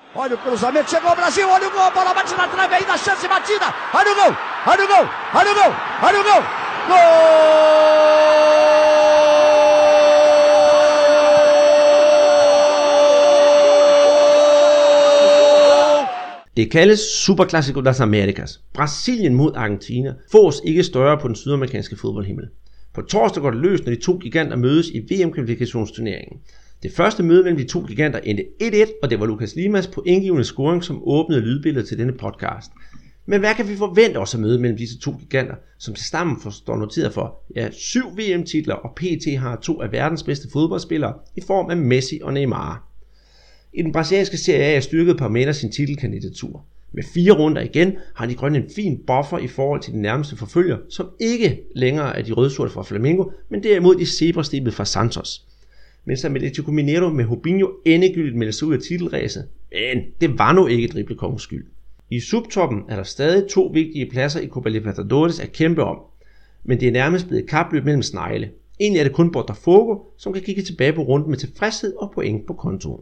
Olha o cruzamento, chegou o Brasil, olha o gol, bola bate na trave, ainda a chance batida, olha o gol, olha o gol, olha o gol, olha o gol, gol! Det kaldes Superclásico das Américas. Brasilien mod Argentina fås ikke større på den sydamerikanske fodboldhimmel. På torsdag går det løs, når de to giganter mødes i VM-kvalifikationsturneringen. Det første møde mellem de to giganter endte 1-1, og det var Lucas Limas på indgivende scoring, som åbnede lydbilledet til denne podcast. Men hvad kan vi forvente os at møde mellem disse to giganter, som til sammen står noteret for 7 VM-titler, og PT har 2 af verdens bedste fodboldspillere i form af Messi og Neymar. I den brasilianske Serie A er styrket Palmeiras sin titelkandidatur. Med 4 runder igen har de grønne en fin buffer i forhold til de nærmeste forfølger, som ikke længere er de rødsorte fra Flamengo, men derimod de zebrastibede fra Santos. Mens Atlético Mineiro med Robinho endegyldigt meldte sig ud af titelræset, men det var nu ikke driblekongens skyld. I subtoppen er der stadig 2 vigtige pladser i Copa Libertadores at kæmpe om, men det er nærmest blevet et kapløb mellem snegle. Egentlig er det kun Botafogo, som kan kigge tilbage på runden med tilfredshed og point på kontoen.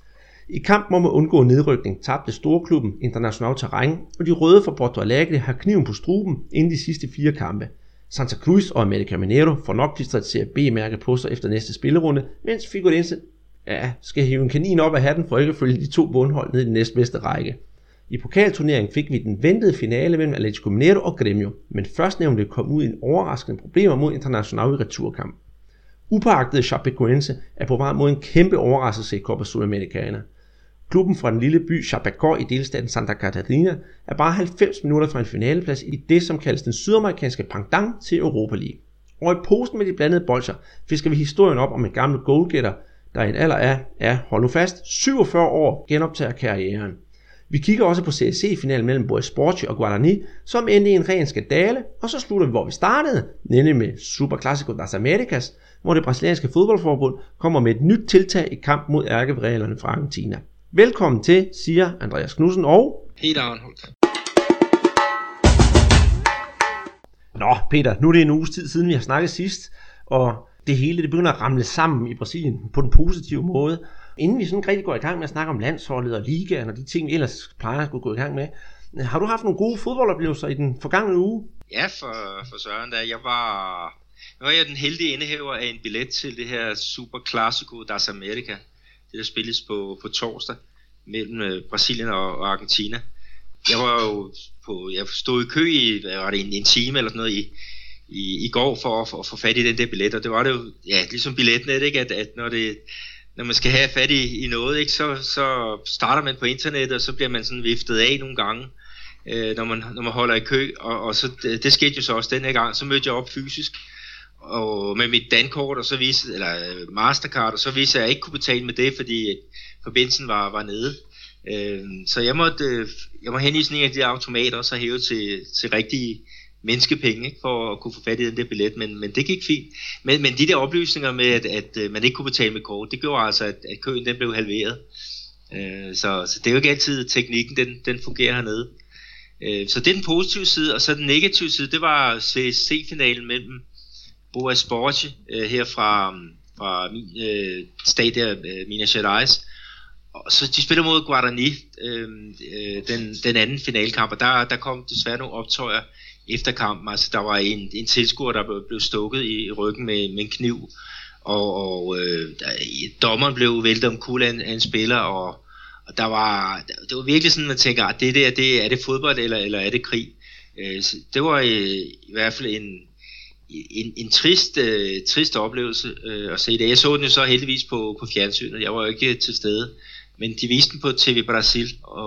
I kampen om at undgå nedrykning tabte storklubben Internacional terræn, og de røde fra Porto Alegre har kniven på struben inden de sidste 4 kampe. Santa Cruz og América Mineiro får nok klistret Serie B-mærke på sig efter næste spillerunde, mens Figueirense skal hive en kanin op af hatten for ikke at følge de 2 bundhold ned i den næstbedste række. I pokalturneringen fik vi den ventede finale mellem Atlético Mineiro og Grêmio, men førstnævnte kom ud i en overraskende problemer mod Internacional i returkamp. Upåagtede Chapecoense er på vej mod en kæmpe overraskelse i Copa Sudamericana. Klubben fra den lille by Chapecó i delstaten Santa Catarina er bare 90 minutter fra en finaleplads i det, som kaldes den sydamerikanske pendant til Europa League. Og i posten med de blandede bolcher fisker vi historien op om en gammel goalgetter, der i en alder af, hold nu fast, 47 år genoptager karrieren. Vi kigger også på CSC-finalen mellem Boa Esporte og Guarani, som endte i en ren skandale, og så slutter vi, hvor vi startede, nemlig med Superclásico das Américas, hvor det brasilianske fodboldforbund kommer med et nyt tiltag i kamp mod ærkevrælerne fra Argentina. Velkommen til, siger Andreas Knudsen og Peter Arnholdt. Nå Peter, nu er det en uges tid siden vi har snakket sidst, og det hele det begynder at ramle sammen i Brasilien på den positive måde. Inden vi sådan rigtig går i gang med at snakke om landsholdet og ligaen og de ting vi ellers plejer at gå i gang med, har du haft nogle gode fodboldoplevelser i den forgangne uge? Ja, for Søren da. Jeg var den heldige indehaver af en billet til det her Superclásico das Américas. Det der spilles på torsdag mellem Brasilien og Argentina. Jeg stod i kø i en time eller sådan noget i går for at få fat i den der billet, og det var det jo ligesom billetnet, ikke, at når man skal have fat i noget, ikke, så starter man på internettet, og så bliver man sådan viftet af nogle gange, når man holder i kø, og så det skete jo så også den her gang. Så mødte jeg op fysisk og med mit dankort og så Mastercard, og så viste jeg ikke kunne betale med det, fordi forbindelsen var nede. Så jeg må henvise en af de automater og så hæve til rigtige menneskepenge, ikke, for at kunne få fat i den der billet, men det gik fint. Men de der oplysninger med at man ikke kunne betale med kort, det gjorde altså at køen den blev halveret. Så det er jo ikke altid teknikken den fungerer hernede. Så det er den positive side, og så den negative side, det var CSC-finalen mellem Boa Esporte her fra min stat der, Minas Gerais. Og så de spiller mod Guarani, den anden finalekamp, og der kom desværre nogle optøjer efter kampen. Altså der var en tilskuer, der blev stukket i ryggen med en kniv, og dommeren blev væltet omkuld af en spiller, og det var virkelig sådan, man tænker, at det er det fodbold, eller er det krig? Det var i hvert fald en trist oplevelse at se det. Jeg så den jo så heldigvis på fjernsynet. Jeg var jo ikke til stede, men de viste den på TV Brasil,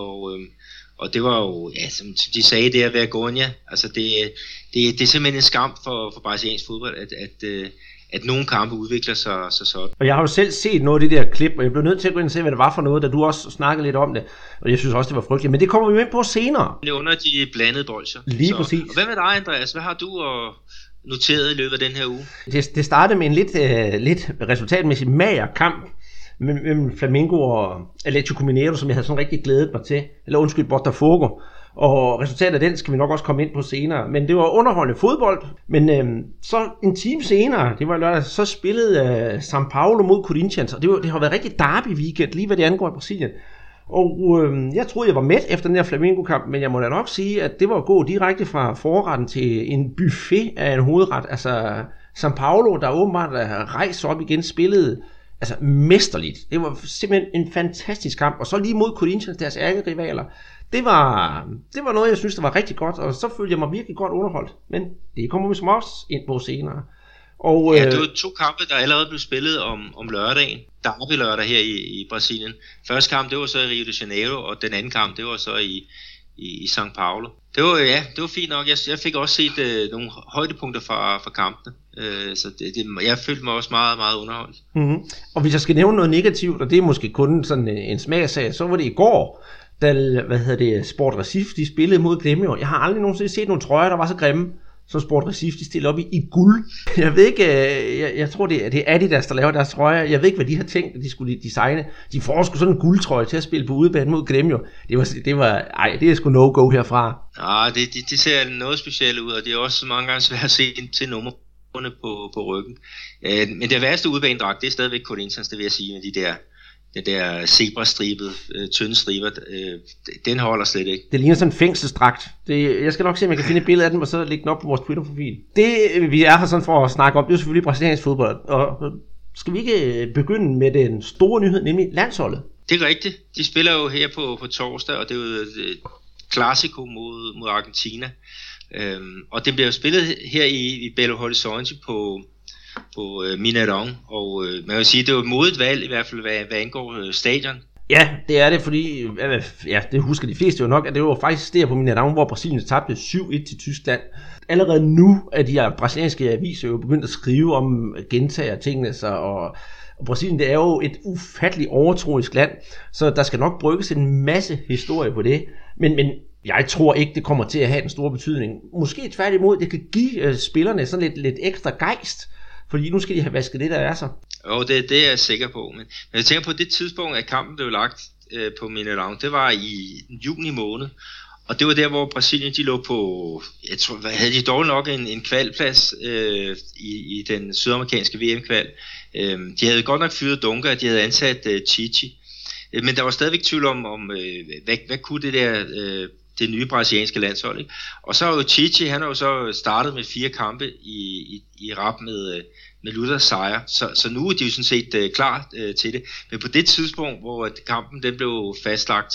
og det var jo, som de sagde, det er vergonha. Altså det er simpelthen en skam for brasiliansk fodbold, at nogle kampe udvikler sig sådan. Og jeg har jo selv set noget af de der klip, og jeg blev nødt til at gå ind og se, hvad det var for noget, da du også snakkede lidt om det, og jeg synes også, det var frygteligt, men det kommer vi jo ind på senere. Det er under de blandede bolcher. Lige præcis. Og hvad med dig, Andreas? Hvad har du noteret i løbet af den her uge? Det startede med en lidt resultatmæssigt mager kamp mellem Flamengo og Atlético Mineiro, som jeg havde sådan rigtig glædet mig til, Botafogo. Og resultatet af den skal vi nok også komme ind på senere. Men det var underholdende fodbold. Men så en time senere, det var lørdag, så spillede São Paulo mod Corinthians. Og det har været rigtig derby weekend, lige hvad det angår i Brasilien. Og jeg troede, jeg var mæt efter den her Flamengo-kamp, men jeg må da nok sige, at det var at gå direkte fra forretten til en buffet af en hovedret. Altså, São Paulo, der åbenbart rejste op igen, spillede altså mesterligt. Det var simpelthen en fantastisk kamp. Og så lige mod Corinthians, deres ærkerivaler. Det var noget, jeg synes, der var rigtig godt, og så følte jeg mig virkelig godt underholdt. Men det kommer vi som også ind på senere. Og, ja, det var 2 kampe, der allerede blev spillet om lørdagen. Derby lørdag her i Brasilien. Første kamp, det var så i Rio de Janeiro, og den anden kamp, det var så i São Paulo. Det var fint nok. Jeg fik også set nogle højdepunkter fra kampene. Så jeg følte mig også meget, meget underholdt. Mm-hmm. Og hvis jeg skal nævne noget negativt, og det er måske kun sådan en smagsag, så var det i går, da Sport Recife, de spillede mod Grêmio. Jeg har aldrig nogensinde set nogle trøjer, der var så grimme, som Sport Recife, de stiller op i guld. Jeg ved ikke, jeg tror det er Adidas, der laver deres trøjer. Jeg ved ikke, hvad de har tænkt, at de skulle designe. De får sgu sådan en guldtrøje til at spille på udebane mod Grêmio. Det er sgu no-go herfra. Ja, det ser noget specielt ud, og det er også mange gange svært at se til numrene på ryggen. Men det værste udebanedragt, det er stadigvæk Corinthians, det vil jeg sige, med den der zebrastribede, tynde striber, den holder slet ikke. Det ligner sådan en fængselsdragt. Jeg skal nok se, om jeg kan finde et billede af den, og så lægge den op på vores Twitter-profil. Det, vi er her sådan for at snakke om, det er selvfølgelig brasiliansk fodbold. Og skal vi ikke begynde med den store nyhed, nemlig landsholdet? Det er rigtigt. De spiller jo her på torsdag, og det er jo et Clásico mod Argentina. Og det bliver jo spillet her i Belo Horizonte på Mineirão, og man kan sige, at det var et modigt valg, i hvert fald hvad angår stadion. Ja, det er det, fordi det husker de fleste jo nok, at det var faktisk der på Mineirão, hvor Brasilien tabte 7-1 til Tyskland. Allerede nu er de her brasilianske aviser jo begyndt at skrive om gentager tingene sig, og Brasilien, det er jo et ufatteligt overtroisk land, så der skal nok brygges en masse historie på det, men jeg tror ikke, det kommer til at have en stor betydning. Måske tværtimod, det kan give spillerne sådan lidt ekstra gejst, fordi nu skal de have vasket det, der er så. Jo, det er jeg sikker på. Men jeg tænker på det tidspunkt, at kampen blev lagt på Mineirão, det var i juni måned. Og det var der, hvor Brasilien de lå på, jeg tror, havde de dårligt nok en kvalplads i den sydamerikanske VM-kval. De havde godt nok fyret Dunga, de havde ansat Chichi. Men der var stadigvæk tvivl om hvad kunne det der... det nye brasilianske landshold, ikke? Og så er jo Chichi, han har jo så startet med 4 kampe i rap med Luthers sejr, så nu er de jo sådan set klar til det. Men på det tidspunkt, hvor kampen den blev fastlagt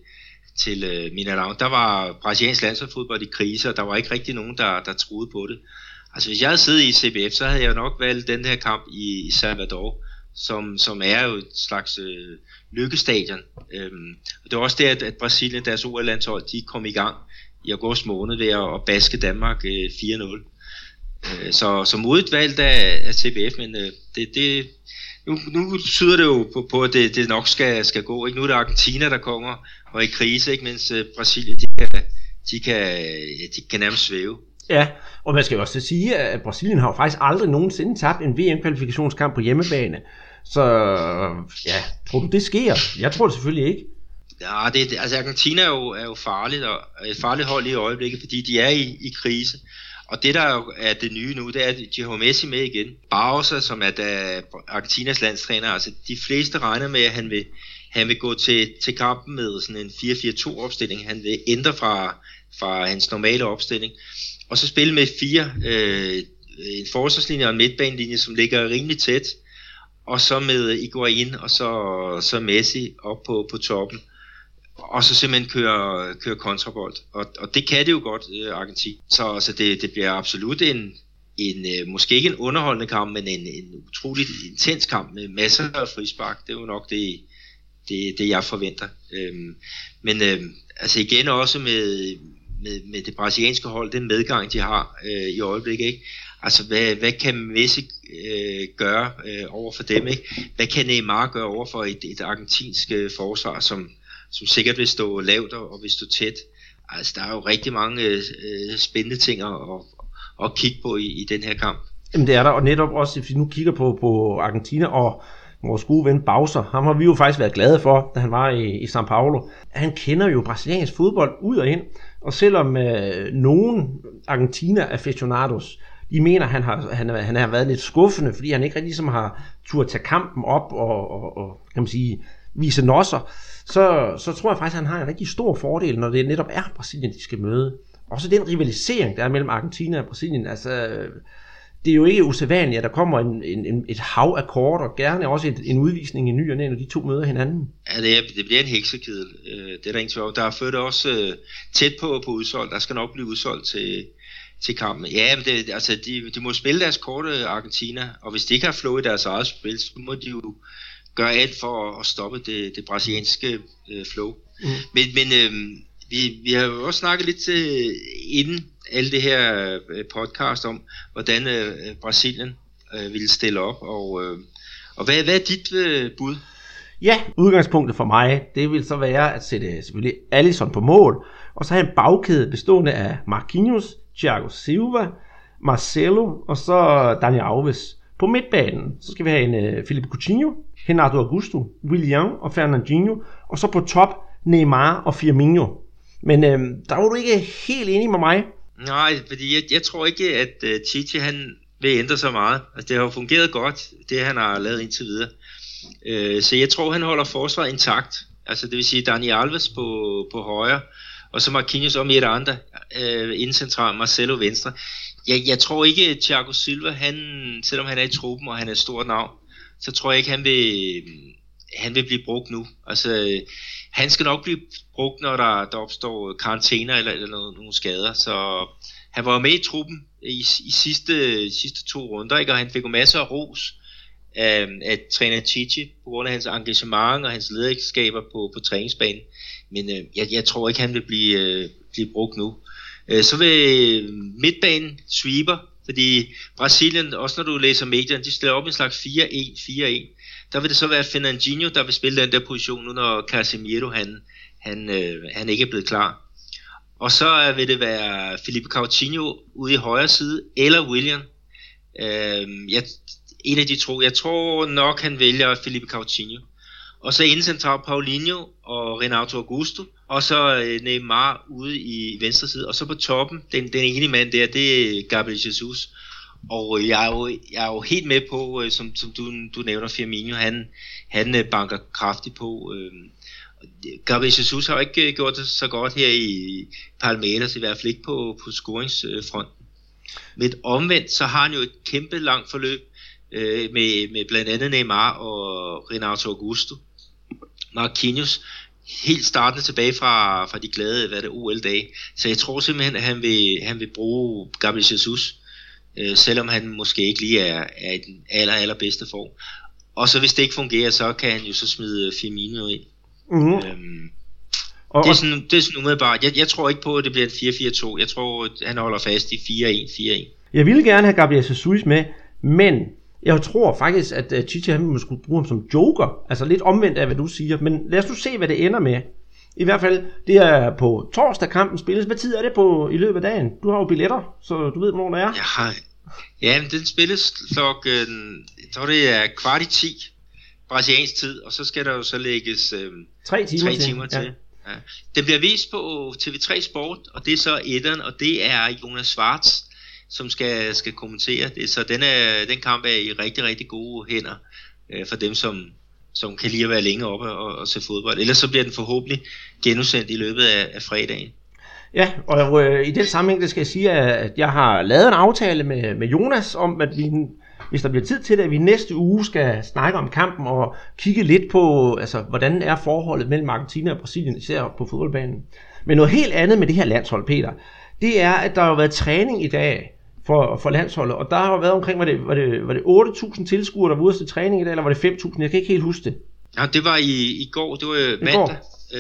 til Mineirão, der var brasiliansk landsholdsfodbold i krise, og der var ikke rigtig nogen, der troede på det. Altså hvis jeg havde siddet i CBF, så havde jeg nok valgt den her kamp i Salvador, som er jo et slags lykkestadion. Og det var også det, at Brasilien, deres OL-landshold, de kom i gang i august måned ved at baske Danmark 4-0. Så modigt valgt af CBF, men nu tyder det jo på at det nok skal gå. Ikke? Nu er det Argentina, der kommer og er i krise, ikke? Mens Brasilien, de kan nærmest svæve. Ja, og man skal jo også sige, at Brasilien har jo faktisk aldrig nogensinde tabt en VM-kvalifikationskamp på hjemmebane. Så ja, tror du det sker? Jeg tror det selvfølgelig ikke. Ja, altså Argentina er jo farligt, og et farligt hold i øjeblikket, fordi de er i krise. Og det der jo er det nye nu, det er, at de har Messi med igen. Barca, som er Argentinas landstræner, altså de fleste regner med, at han vil gå til kampen med sådan en 4-4-2 opstilling. Han vil ændre fra hans normale opstilling. Og så spille med 4, en forsvarslinje og en midtbanelinje, som ligger rimelig tæt. Og så med Higuaín og så Messi op på toppen. Og så simpelthen køre kontrabold. Og det kan det jo godt, Argentina. Så det bliver absolut en måske ikke en underholdende kamp, men en utroligt intens kamp med masser af frispark. Det er jo nok det jeg forventer. Men altså igen også med det brasilianske hold, den medgang de har i øjeblikket, ikke? Altså hvad kan Messi gøre over for dem, ikke? Hvad kan Neymar gøre over for et argentinsk forsvar, som sikkert vil stå lavt og vil stå tæt? Altså der er jo rigtig mange spændende ting at kigge på i den her kamp. Jamen det er der, og netop også, hvis vi nu kigger på Argentina og vores gode ven Bauser, ham har vi jo faktisk været glade for, da han var i São Paulo. Han kender jo brasiliansk fodbold ud og ind, og selvom nogen Argentina-aficionados, de mener, han har været lidt skuffende, fordi han ikke rigtig ligesom har turde tage kampen op og kan man sige, vise nosser, så tror jeg faktisk, at han har en rigtig stor fordel, når det netop er Brasilien, de skal møde. Også den rivalisering, der er mellem Argentina og Brasilien, altså det er jo ikke usædvanligt, at der kommer et hav af kort, og gerne også en udvisning i ny og næ, når de to møder hinanden. Ja, det bliver en heksekedel. Det er der ingen tvivl. Der er ført også tæt på udsolgt. Der skal nok blive udsolgt til kampen. Ja, men de må spille deres korte Argentina, og hvis de ikke har flow i deres eget spil, så må de jo gøre alt for at stoppe det brasilianske flow. Men vi har jo også snakket lidt inden alle det her podcast om, hvordan Brasilien ville stille op, og hvad er dit bud? Ja, udgangspunktet for mig, det vil så være at sætte selvfølgelig Alisson på mål, og så have en bagkæde bestående af Marquinhos, Thiago Silva, Marcelo og så Dani Alves. På midtbanen, så skal vi have en Felipe Coutinho, Renato Augusto, Willian og Fernandinho, og så på top Neymar og Firmino. Men der var du ikke helt enig med mig. Nej, fordi jeg tror ikke, at Tite han vil ændre så meget. Altså, det har jo fungeret godt, det han har lavet indtil videre. Så jeg tror, han holder forsvaret intakt. Altså det vil sige Dani Alves på højre, og så Marquinhos og Miranda inden central, Marcelo venstre. Jeg tror ikke, at Thiago Silva, selvom han er i truppen, og han er et stort navn, så tror jeg ikke, han vil blive brugt nu. Altså, han skal nok blive brugt, når der opstår karantæner eller nogle skader. Så han var med i truppen i sidste 2 runder, ikke? Og han fik jo masser af ros af træner Tite på grund af hans engagement og hans lederskaber på træningsbanen. Men jeg tror ikke, han vil blive brugt nu. Så vil midtbanen sweeper, fordi Brasilien, også når du læser medierne, de stiller op en slags 4-1. Der vil det så være Fernandinho, der vil spille den der position nu, når Casemiro han ikke er blevet klar. Og så vil det være Felipe Coutinho ude i højre side, eller Willian. En af de to. Jeg tror nok, han vælger Felipe Coutinho. Og så inden central Paulinho og Renato Augusto. Og så Neymar ude i venstre side. Og så på toppen, den ene mand der, det er Gabriel Jesus. Og jeg er jo helt med på, som du nævner, Firmino, han banker kraftigt på. Gabriel Jesus har jo ikke gjort det så godt her i Palmeiras, i hvert fald ikke på scoringsfronten. Men omvendt, så har han jo et kæmpe langt forløb med blandt andet Neymar og Renato Augusto. Marquinhos helt startende tilbage fra de glade OL-dage. Så jeg tror simpelthen, at han vil bruge Gabriel Jesus, selvom han måske ikke lige er i den allerbedste form. Og så hvis det ikke fungerer, så kan han jo så smide Firmino ind. Mm-hmm. Det er sådan umiddelbart. Jeg tror ikke på, at det bliver en 4-4-2. Jeg tror, at han holder fast i 4-1-4-1. Jeg ville gerne have Gabriel Jesus med, men jeg tror faktisk, at Tite han skulle bruge ham som joker. Altså lidt omvendt af, hvad du siger. Men lad os nu se, hvad det ender med. I hvert fald, det er på torsdag kampen spilles. Hvad tid er det i løbet af dagen? Du har jo billetter, så du ved, hvornår det er. Ja, men den spilles klokken, jeg tror det er 9:15 brasiliansk tid, og så skal der jo så lægges 3 timer til. Ja. Den bliver vist på TV3 Sport, og det er så etteren, og det er Jonas Schwartz, som skal kommentere det. Så den kamp er i rigtig, rigtig gode hænder for dem, som kan lide at være længe oppe og se fodbold. Ellers så bliver den forhåbentlig genudsendt i løbet af fredagen. Ja, og i den sammenhæng, det skal jeg sige, at jeg har lavet en aftale med Jonas om, at vi, hvis der bliver tid til det, at vi næste uge skal snakke om kampen og kigge lidt på, altså, hvordan er forholdet mellem Argentina og Brasilien, især på fodboldbanen. Men noget helt andet med det her landshold, Peter, det er, at der har været træning i dag for landsholdet, og der har været omkring, var det 8.000 tilskuere, der var ude til træning i dag, eller var det 5.000? Jeg kan ikke helt huske det. Ja, det var i går, det var mandag.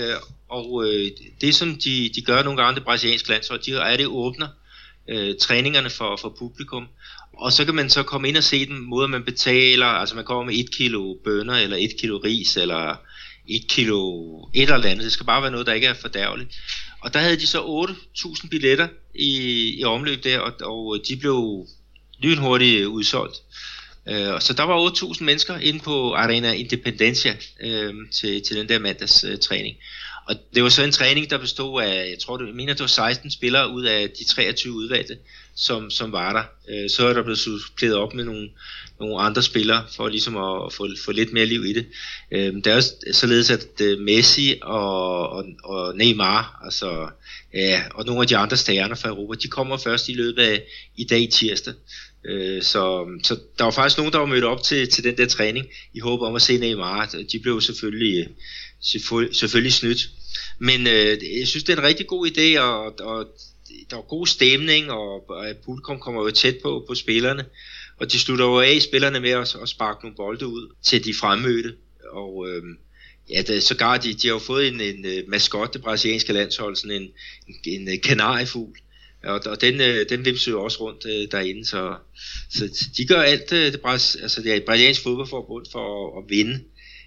Og det som de gør nogle gange, det brasilianske landshold, de er det åbner træningerne for publikum, og så kan man så komme ind og se dem, måder man betaler, altså man kommer med 1 kilo bønner, eller 1 kilo ris, eller 1 kilo et eller andet, det skal bare være noget, der ikke er fordærveligt. Og der havde de så 8.000 billetter i omløb der, og de blev lynhurtigt udsolgt. Så der var 8.000 mennesker inde på Arena Independencia til den der mandags træning. Og det var så en træning, der bestod af, jeg mener det var 16 spillere ud af de 23 udvalgte, som var der. Så er der blevet suppleret op med nogle andre spillere, for ligesom at få lidt mere liv i det. Det er også således, at Messi og Neymar, altså, ja, og nogle af de andre stjerner fra Europa, de kommer først i løbet af i dag tirsdag. Så der var faktisk nogen, der var mødt op til den der træning, i håb om at se Neymar. De blev selvfølgelig snydt. Men jeg synes, det er en rigtig god idé, og der er god stemning, og publikum kommer jo tæt på spillerne. Og de slutter jo af spillerne med at sparke nogle bolde ud til de fremmødte. Og sågar de har jo fået en maskot, det brasilianske landshold, sådan en kanariefugl. Og den vimser jo også rundt derinde, så de gør alt det brasilianske fodboldforbund for at vinde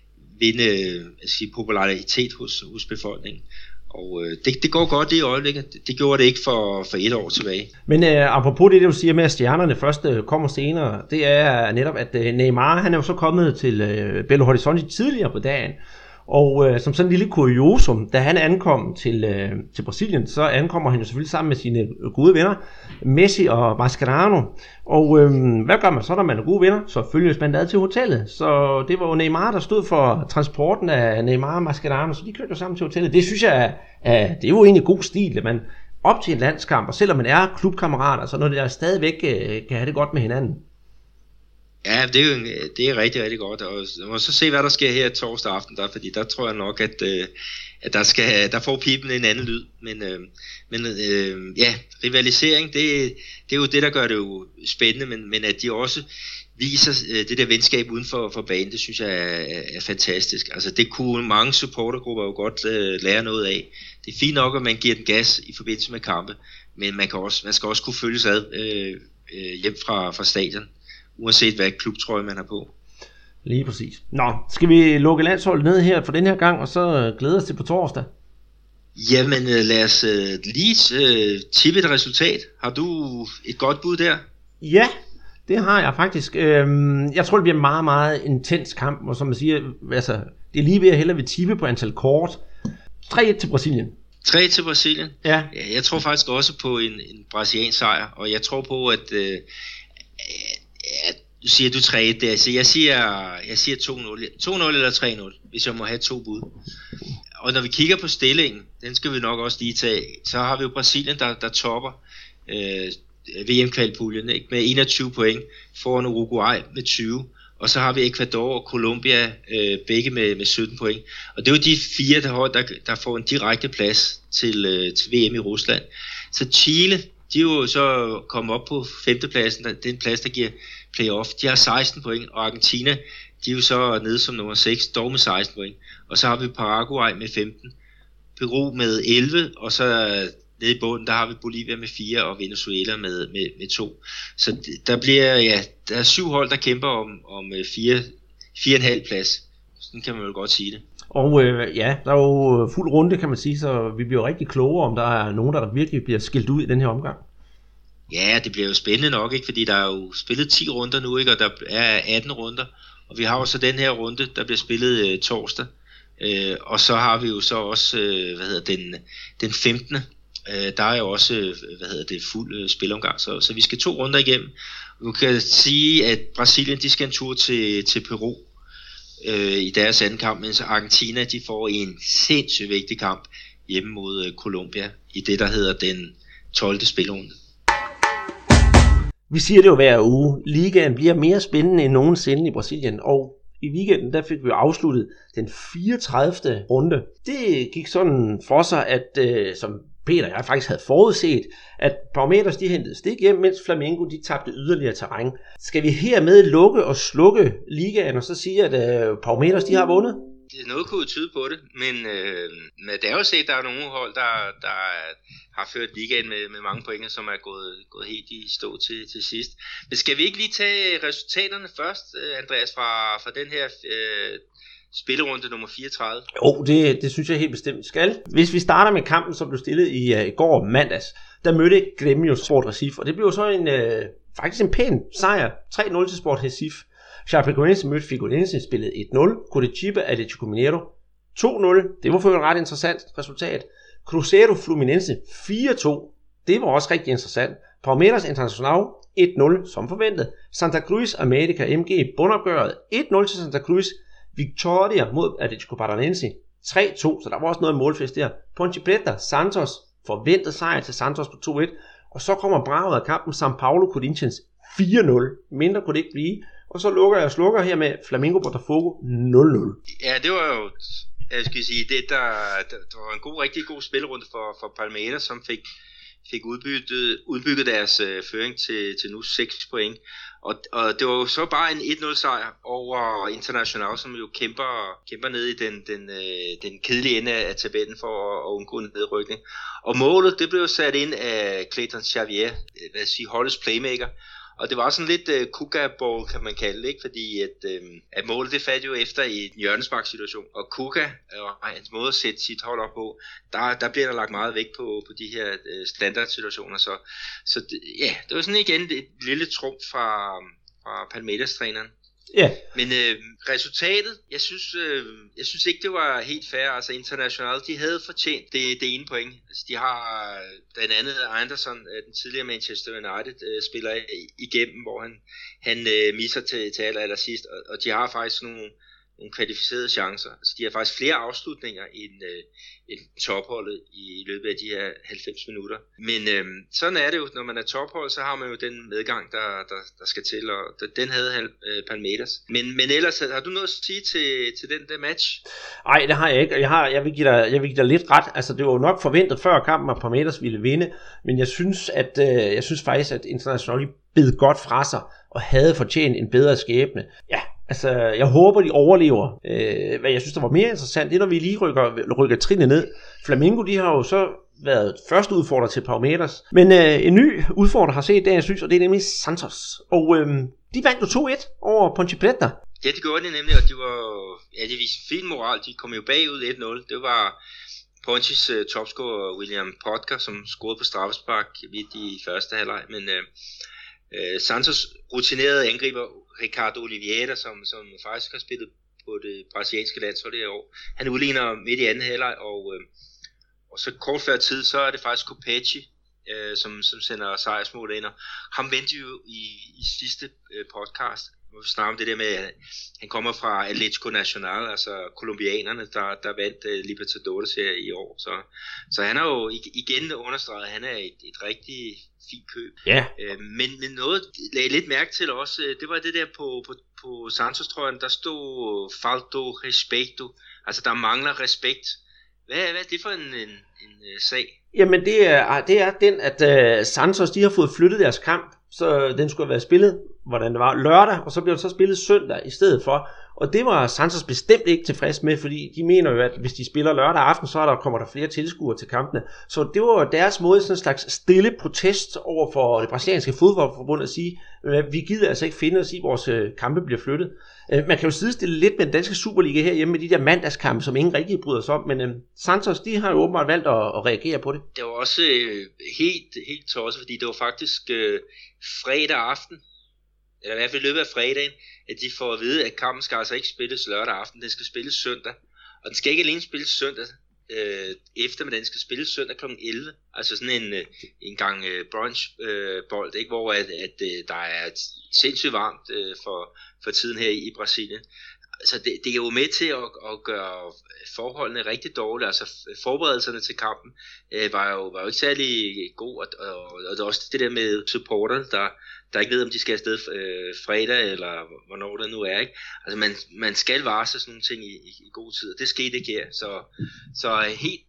popularitet hos befolkningen. Og det går godt i øjeblikket. Det gjorde det ikke for et år tilbage. Men apropos det du siger med, at stjernerne først kommer senere, det er netop, at Neymar, han er jo så kommet til Belo Horizonte tidligere på dagen. Og som sådan en lille kuriosum, da han ankom til Brasilien, så ankommer han jo selvfølgelig sammen med sine gode venner, Messi og Mascherano. Og hvad gør man så, når man er gode venner? Så følges man ad til hotellet. Så det var jo Neymar, der stod for transporten af Neymar og Mascherano, så de kørte jo sammen til hotellet. Det synes jeg, det er jo egentlig god stil, at man op til en landskamp, og selvom man er klubkammerater, så når det der stadigvæk kan have det godt med hinanden. Ja, det er rigtig, rigtig godt, og man må så se, hvad der sker her torsdag aften, fordi der tror jeg nok, at der får pipen en anden lyd, men rivalisering, det er jo det, der gør det jo spændende, men at de også viser det der venskab uden for banen, det synes jeg er fantastisk. Altså det kunne mange supportergrupper jo godt lære noget af. Det er fint nok, at man giver den gas i forbindelse med kampe, men man skal også kunne følges ad hjem fra stadion, uanset hvad klubtrøje man har på. Lige præcis. Nå, skal vi lukke landsholdet ned her for den her gang, og så glæde os til på torsdag? Jamen lad os lige tippe et resultat. Har du et godt bud der? Ja, det har jeg faktisk. Jeg tror, det bliver en meget, meget intens kamp, og som man siger, altså, det er lige ved at hellere vil tippe på antal kort. 3-1 til Brasilien. 3 til Brasilien? Ja. Jeg tror faktisk også på en brasiliansk sejr, og jeg tror på, at du siger du 3-1 der, så jeg siger 2-0 eller 3-0, hvis jeg må have 2 bud. Og når vi kigger på stillingen, den skal vi nok også lige tage, så har vi jo Brasilien, der topper VM-kvalpuljen med 21 point, foran Uruguay med 20, og så har vi Ecuador og Colombia begge med 17 point. Og det er jo de 4 der får en direkte plads til VM i Rusland. Så Chile, de er jo så kommet op på 5. pladsen, den plads, der giver playoff. De har 16 point, og Argentina, de er jo så nede som nummer 6, dog med 16 point. Og så har vi Paraguay med 15, Peru med 11, og så nede i bunden, der har vi Bolivia med 4, og Venezuela med 2. Så der er 7 hold, der kæmper om 4,5 plads. Sådan kan man jo godt sige det. Og der er jo fuld runde, kan man sige, så vi bliver jo rigtig klogere, om der er nogen, der virkelig bliver skilt ud i den her omgang. Ja, det bliver jo spændende nok, ikke? Fordi der er jo spillet 10 runder nu, ikke? Og der er 18 runder. Og vi har jo så den her runde, der bliver spillet torsdag. Og så har vi jo så også, den 15. Der er jo også, fuld spilomgang. Så vi skal 2 runder igennem. Du kan sige, at Brasilien, de skal en tur til Peru i deres anden kamp, mens Argentina, de får en sindssygt vigtig kamp hjemme mod Colombia i det, der hedder den 12. spilrunde. Vi siger det jo hver uge. Ligaen bliver mere spændende end nogensinde i Brasilien, og i weekenden der fik vi afsluttet den 34. runde. Det gik sådan for sig, at som Peter og jeg faktisk havde forudset, at Palmeiras de hentede stik hjem, mens Flamengo de tabte yderligere terræn. Skal vi hermed lukke og slukke ligaen og så sige, at Palmeiras de har vundet? Noget kunne tyde på det, men det er jo set, at der er nogle hold, der har ført ligaen med mange pointer, som er gået helt i stå til sidst. Men skal vi ikke lige tage resultaterne først, Andreas, fra den her spillerunde nummer 34? Jo, det synes jeg helt bestemt skal. Hvis vi starter med kampen, som blev stillet i går mandags, der mødte Grêmio Sport Recife, og det blev så faktisk en pæn sejr, 3-0 til Sport Recife. Chapecoense mødte Figueirense, spillede 1-0. Curitiba Atlético Mineiro 2-0, det var for et ret interessant resultat. Cruzeiro Fluminense 4-2, det var også rigtig interessant. Palmeiras Internacional 1-0, som forventet. Santa Cruz América MG bundopgøret 1-0 til Santa Cruz. Victoria mod Atlético Paranaense 3-2, så der var også noget målfest der. Ponte Preta Santos, forventet sejr til Santos på 2-1. Og så kommer braget af kampen São Paulo Corinthians 4-0. Mindre kunne det ikke blive. Og så lukker jeg og slukker her med Flamengo Botafogo 0-0. Ja, det var jo, jeg skal sige, der var en rigtig god spillerunde for Palmeiras, som fik udbygget deres føring til nu 6 point. Og det var jo så bare en 1-0 sejr over Internacional, som jo kæmper ned i den kedelige ende af tabellen for at undgå en nedrykning. Og målet, det blev sat ind af Clayton Xavier, holdets playmaker. Og det var sådan lidt Kuka-ball, kan man kalde det, ikke? Fordi at målet, det faldt jo efter i en hjørnespark-situation. Og Kuka, og hans måde at sætte sit hold op på, der bliver der lagt meget vægt på de her standardsituationer. Så det var sådan igen et lille trumf fra Palmeiras-træneren. Ja. Men resultatet, jeg synes ikke, det var helt fair. Altså International, de havde fortjent det ene point. Altså, de har blandt andet Anderson, den tidligere Manchester United spiller igennem, hvor han misser til allersidst, og de har faktisk nogle kvalificerede chancer. Altså, de har faktisk flere afslutninger end topholdet i løbet af de her 90 minutter. Men sådan er det jo, når man er tophold, så har man jo den medgang, der skal til, og den havde Palmeiras. Men ellers, har du noget at sige til den der match? Nej, det har jeg ikke. Jeg vil give dig lidt ret. Altså, det var jo nok forventet før kampen, at Palmeiras ville vinde, men jeg synes faktisk, at International bed godt fra sig og havde fortjent en bedre skæbne. Ja, altså, jeg håber, de overlever. Hvad jeg synes, der var mere interessant, det er, når vi lige rykker trinene ned. Flamengo, de har jo så været første udfordrer til Palmeiras. Men en ny udfordrer har set dagens lys, og det er nemlig Santos. Og de vandt jo 2-1 over Ponte Preta. Ja, det gjorde de nemlig, og de viste fin moral. De kom jo bagud 1-0. Det var Pontes topscorer William Potker, som scorede på straffespark midt i første halvleg. Men Santos rutinerede angriber Ricardo Oliveira, som faktisk har spillet på det brasilianske landshold i år. Han udligner midt i anden halvleg, og så kort før tid, så er det faktisk Kopechi, som sender sejrsmål ind. Ham vendte jo i sidste podcast, hvor vi snakker om det der med, at han kommer fra Atlético Nacional, altså kolumbianerne, der vandt Libertadores her i år. Så han har jo igen understreget, at han er et rigtig fint køb. Yeah. Men noget lagde lidt mærke til også, det var det der på Santos-trøjen, der stod falto respeto, altså der mangler respekt. Hvad er det for en sag? Jamen det er den, at Santos, de har fået flyttet deres kamp, så den skulle have været spillet, hvordan det var, lørdag, og så blev det så spillet søndag i stedet for. Og det var Santos bestemt ikke tilfreds med, fordi de mener jo, at hvis de spiller lørdag aften, så kommer der flere tilskuere til kampene. Så det var deres måde, sådan en slags stille protest over for det brasilianske fodboldforbund at sige, vi gider altså ikke finde os i, vores kampe bliver flyttet. Man kan jo sidestille lidt med den danske Superliga herhjemme med de der mandagskampe, som ingen rigtig bryder sig om, men Santos, de har jo åbenbart valgt at reagere på det. Det var også helt tosset, fordi det var faktisk fredag aften, eller i hvert fald i løbet af fredagen, at de får at vide, at kampen skal altså ikke spilles lørdag aften, den skal spilles søndag. Og den skal ikke alene spilles søndag eftermiddag, den skal spilles søndag kl. 11. Altså sådan en gang brunchbold, ikke, hvor at der er sindssygt varmt for tiden her i Brasilien. Altså det er jo med til at gøre forholdene rigtig dårlige. Altså forberedelserne til kampen var jo ikke særlig god, og det er også det der med supporterne, der ikke ved, om de skal afsted fredag, eller hvornår det nu er, ikke? Altså man skal varsle sådan nogle ting i god tid, og det skete ikke her. Så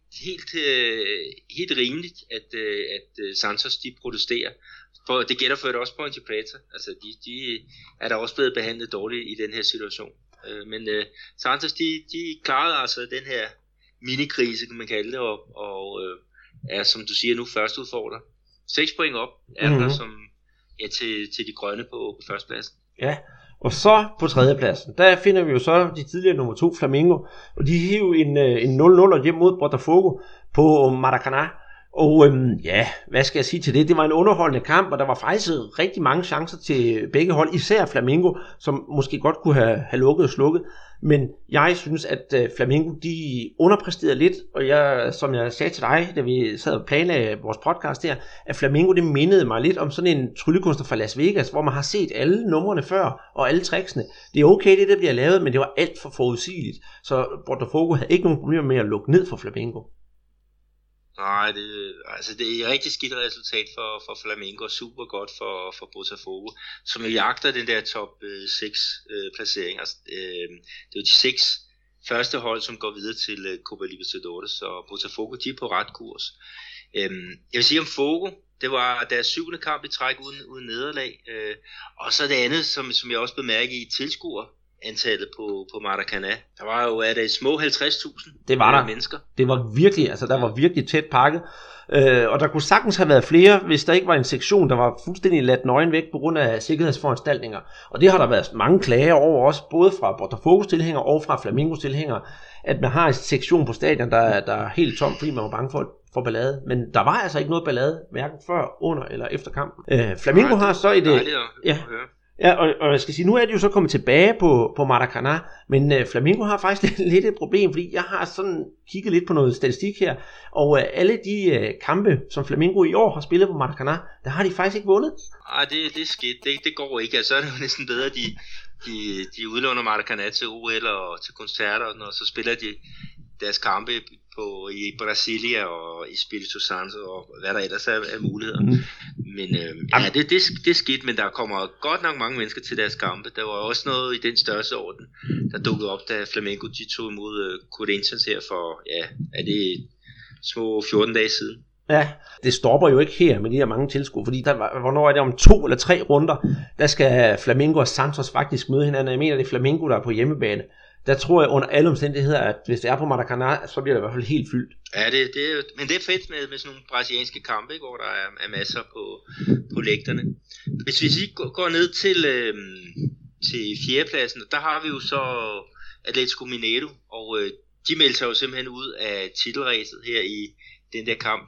helt rimeligt, at Santos, de protesterer. For det gælder for det også Ponte Preta. Altså de er der også blevet behandlet dårligt i den her situation. Men Santos, de klarede altså den her minikrise, kan man kalde det, og er, som du siger nu, første udfordrer. 6 point op er der som til de grønne på førstepladsen. Ja, og så på tredjepladsen, der finder vi jo så de tidligere nummer 2 Flamengo, og de hiver en 0-0 hjem mod Botafogo på Maracanã. Og hvad skal jeg sige til det? Det var en underholdende kamp, og der var faktisk rigtig mange chancer til begge hold, især Flamengo, som måske godt kunne have lukket og slukket. Men jeg synes, at Flamengo, de underpræsterede lidt, og som jeg sagde til dig, da vi sad og planlagde vores podcast her, at Flamengo, det mindede mig lidt om sådan en tryllekunstner fra Las Vegas, hvor man har set alle numrene før, og alle tricksene. Det er okay, det der bliver lavet, men det var alt for forudsigeligt. Så Botafogo havde ikke nogen problemer med at lukke ned for Flamengo. Nej, det er et rigtig skidt resultat for Flamengo, super godt for Botafogo, som jo jagter den der top 6 placering. Altså, det er jo de 6 første hold, som går videre til Copa Libertadores, så Botafogo, de er på ret kurs. Jeg vil sige om Fogo, det var deres 7. kamp i træk uden nederlag, og så det andet, som jeg også bemærkede i tilskuer, antallet på Maracanã. Der var jo små 50.000 det var der. Mennesker. Det var virkelig, der var virkelig tæt pakket. Og der kunne sagtens have været flere, hvis der ikke var en sektion, der var fuldstændig ladt nøgen væk på grund af sikkerhedsforanstaltninger. Og det har der været mange klager over også, både fra Botafogos tilhængere og fra Flamingos tilhængere, at man har en sektion på stadion, der er helt tom, fordi man var bange for ballade. Men der var altså ikke noget ballade, hverken før, under eller efter kampen. Flamingo har så i det... Ja, og jeg skal sige, nu er de jo så kommet tilbage på Maracanã, men Flamengo har faktisk lidt et problem, fordi jeg har sådan kigget lidt på noget statistik her, og alle de kampe, som Flamengo i år har spillet på Maracanã, der har de faktisk ikke vundet. Nej, det er skidt. Det går ikke. Altså, så er det jo næsten bedre, de udlåner Maracanã til OL og til koncerter, og så spiller de deres kampe i Brasilia og i Espírito Santo og hvad der ellers er muligheder. Men det er skidt, men der kommer godt nok mange mennesker til deres kampe. Der var også noget i den størrelsesorden, der dukkede op, da Flamengo de tog imod Corinthians her for, er det små 14 dage siden. Ja, det stopper jo ikke her med de her mange tilskuere, fordi hvornår er det om 2 eller 3 runder, der skal Flamengo og Santos faktisk møde hinanden. Jeg mener, det er Flamengo, der er på hjemmebane. Der tror jeg under alle omstændigheder, at hvis det er på Maracanã, så bliver det i hvert fald helt fyldt. Ja, men det er fedt med sådan nogle brasilianske kampe, hvor der er masser på lægterne. Hvis vi lige går ned til fjerdepladsen, der har vi jo så Atlético Mineiro, og de meldte sig jo simpelthen ud af titelræset her i den der kamp,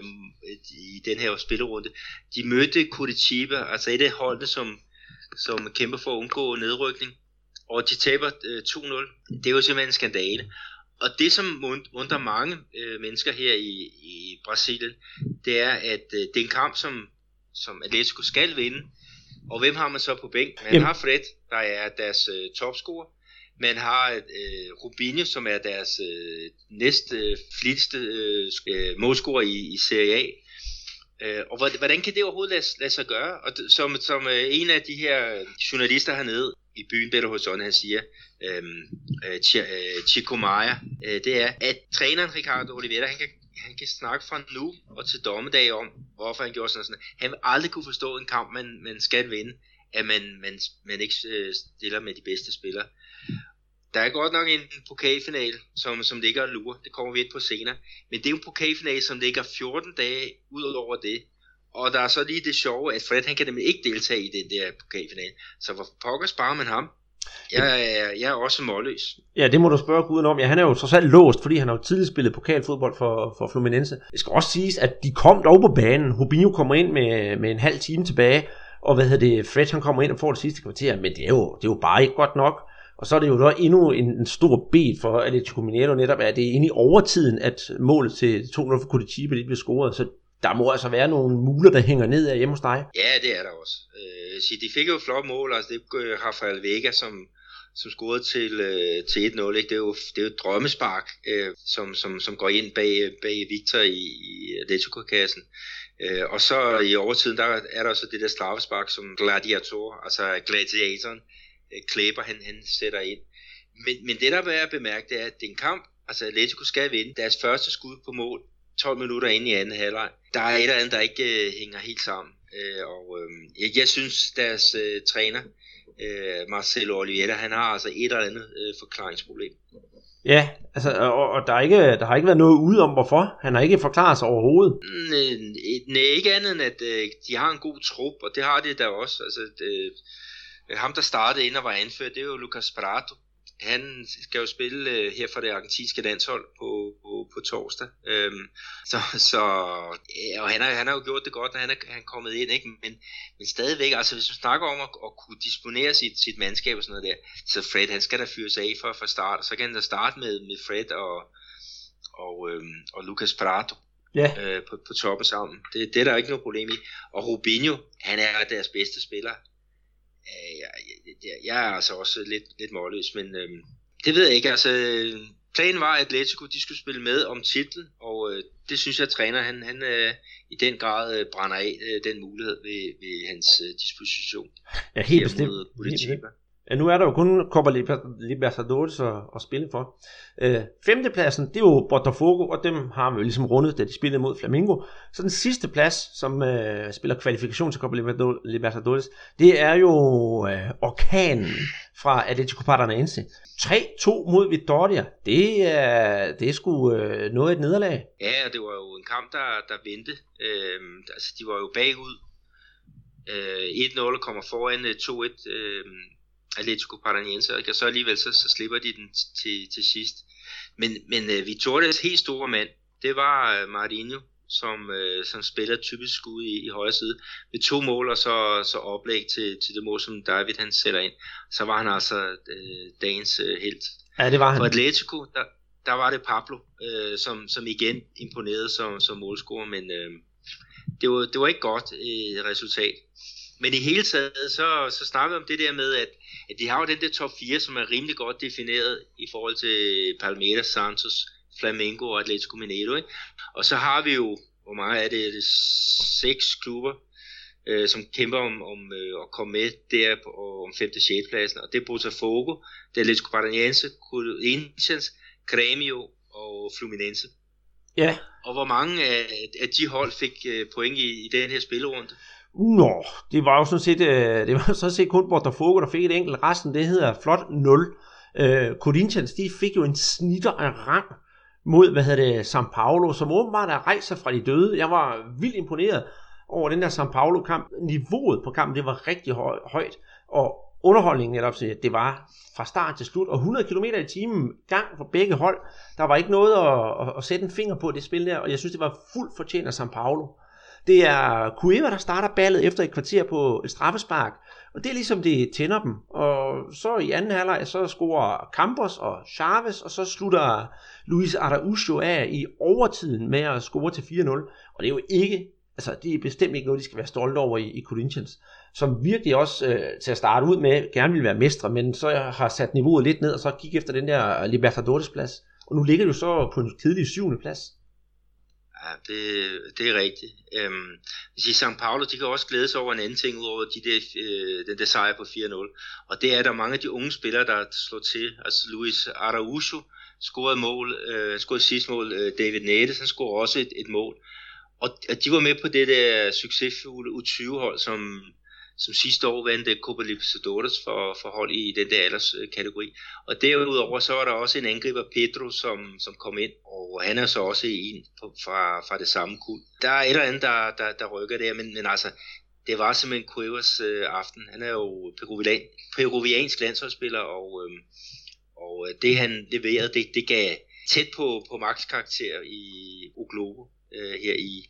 i den her spillerunde. De mødte Curitiba, altså et af holdene, som kæmper for at undgå nedrykning. Og de taber 2-0. Det er jo simpelthen en skandale. Og det, som undrer mange mennesker her i Brasilien, det er, at det er en kamp, som Atlético skal vinde. Og hvem har man så på bænk? Man har Fred, der er deres topscorer. Man har Rubinho, som er deres næst flittigste målscorer i Serie A. Og hvordan kan det overhovedet lade sig gøre? Og som en af de her journalister hernede i byen Belo Horizonte, han siger, Chico Maia, det er, at træneren Ricardo Oliveira, han kan snakke fra nu og til dommedag om, hvorfor han gjorde sådan. Han vil aldrig kunne forstå en kamp, man skal vinde, at man ikke stiller med de bedste spillere. Der er godt nok en pokalfinale, som ligger og lurer. Det kommer vi ind på senere. Men det er jo en pokalfinale, som ligger 14 dage ud over det. Og der er så lige det sjove, at Fred han kan nemlig ikke deltage i den der pokalfinale. Så hvor pokker sparer man ham? Jeg er også målløs. Ja, det må du spørge guden om. Ja, han er jo trods alt låst, fordi han har jo tidligere spillet pokalfodbold for Fluminense. Det skal også siges, at de kom dog på banen. Rubinho kommer ind med en halv time tilbage, og Fred han kommer ind og får det sidste kvarter. Men det er jo bare ikke godt nok. Og så er det jo da endnu en stor bed for Atlético Mineiro netop, at det er inde i overtiden, at målet til 2-0 for Curitiba bliver scoret. Så der må altså være nogle muler, der hænger ned af hjemme hos dig. Ja, det er der også. De fik jo et flot mål, altså det er Rafael Vega, som scorede til 1-0. Ikke? Det er jo et drømmespark, som går ind bag Victor i Atlético-kassen. Og så i overtiden, der er der så det der straffespark, som gladiatoren, Kleber, han sætter ind. Men det der er værd at bemærke, det er, at det er en kamp, altså Atlético skal vinde deres første skud på mål, 12 minutter inde i anden halvleg. Der er et eller andet, der ikke hænger helt sammen. Jeg synes, deres træner, Marcelo Oliveira, han har altså et eller andet forklaringsproblem. Ja, altså, og der har ikke været noget ude om, hvorfor. Han har ikke forklaret sig overhovedet. Nej, ikke andet end, at de har en god trup, og det har de da også. Altså, ham, der startede ind og var anført, det er jo Lucas Prato. han skal jo spille her for det argentinske landshold på torsdag. Og han har jo gjort det godt, når han er kommet ind, ikke? Men stadigvæk, altså hvis man snakker om at kunne disponere sit mandskab og sådan noget der, så Fred, han skal da fyres af fra start, og så kan han da starte med Fred og Lucas Prato. Ja. På toppen sammen. Det er der ikke noget problem i. Og Robinho, han er deres bedste spiller. Jeg er altså også lidt målløs, men det ved jeg ikke. Altså, planen var, at Atletico de skulle spille med om titlen, og det synes jeg, at træner han i den grad brænder af den mulighed ved hans disposition. Ja, helt bestemt. Ja, nu er der jo kun Copa Libertadores at spille for. Femtepladsen, det er jo Botafogo, og dem har vi jo ligesom rundet, da de spillede mod Flamengo. Så den sidste plads, som spiller kvalifikation til Copa Libertadores, det er jo orkanen fra Atlético Paranaense. 3-2 mod Vitória, det er sgu noget af et nederlag. Ja, det var jo en kamp, der vendte. Altså, de var jo bagud. 1-0 og kommer foran 2-1. Atlético Paranaense, og så alligevel så slipper de den til sidst. Men Vitórias helt store mand, det var Marinho, som spiller typisk ude i højre side, med 2 mål og så oplæg til det mål, som David han sætter ind. Så var han altså dagens helt. Ja, det var han. For Atlético, der var det Pablo, som igen imponerede som målscorer, men det var ikke godt resultat. Men i hele taget, så snakker vi om det der med, at de har jo den der top 4, som er rimelig godt defineret i forhold til Palmeiras, Santos, Flamengo og Atlético Mineiro, ikke? Og så har vi jo, hvor meget er det 6 klubber, som kæmper om at komme med der om 5. og 6. pladsen. Og det er Botafogo, det er Atlético Paranaense, Corinthians, Grêmio og Fluminense. Ja. Og hvor mange af de hold fik point i den her spillerunde? Nå, det var jo sådan set kun Botafogo, der fik et enkelt. Resten, det hedder flot 0. Corinthians, de fik jo en snitter af rang mod, São Paulo, som åbenbart er rejst sig fra de døde. Jeg var vildt imponeret over den der São Paulo-kamp. Niveauet på kampen, det var rigtig højt, og underholdningen netop, det var fra start til slut, og 100 km i timen gang for begge hold. Der var ikke noget at sætte en finger på det spil der, og jeg synes, det var fuldt fortjent af São Paulo. Det er Cueva, der starter ballet efter et kvarter på et straffespark, og det er ligesom det tænder dem. Og så i anden halvleg, så scorer Campos og Chaves, og så slutter Luis Araujo af i overtiden med at score til 4-0. Og det er jo ikke, altså det er bestemt ikke noget, de skal være stolte over i Corinthians, som virkelig også til at starte ud med gerne vil være mestre, men så har sat niveauet lidt ned, og så gik efter den der Libertadores plads. Og nu ligger du så på en kedelig 7. plads. Ja, det er rigtigt. São Paulo, de kan også glæde sig over en anden ting, udover den der sejr på 4-0. Og det er, der mange af de unge spillere, der slår til. Altså Luis Araujo scorede sidste mål. David Neres, han scorede også et mål. Og de var med på det der succesfulde U20-hold, som sidste år vandt Copa Libertadores for hold i den der alderskategori. Og derudover så var der også en angriber, Pedro, som kom ind, og han er så også en fra det samme kuld. Der er et eller andet, der rykker der, men altså, det var simpelthen Cuevas aften. Han er jo peruviansk landsholdsspiller, og det han leverede, det gav tæt på max-karakter i O Globo her i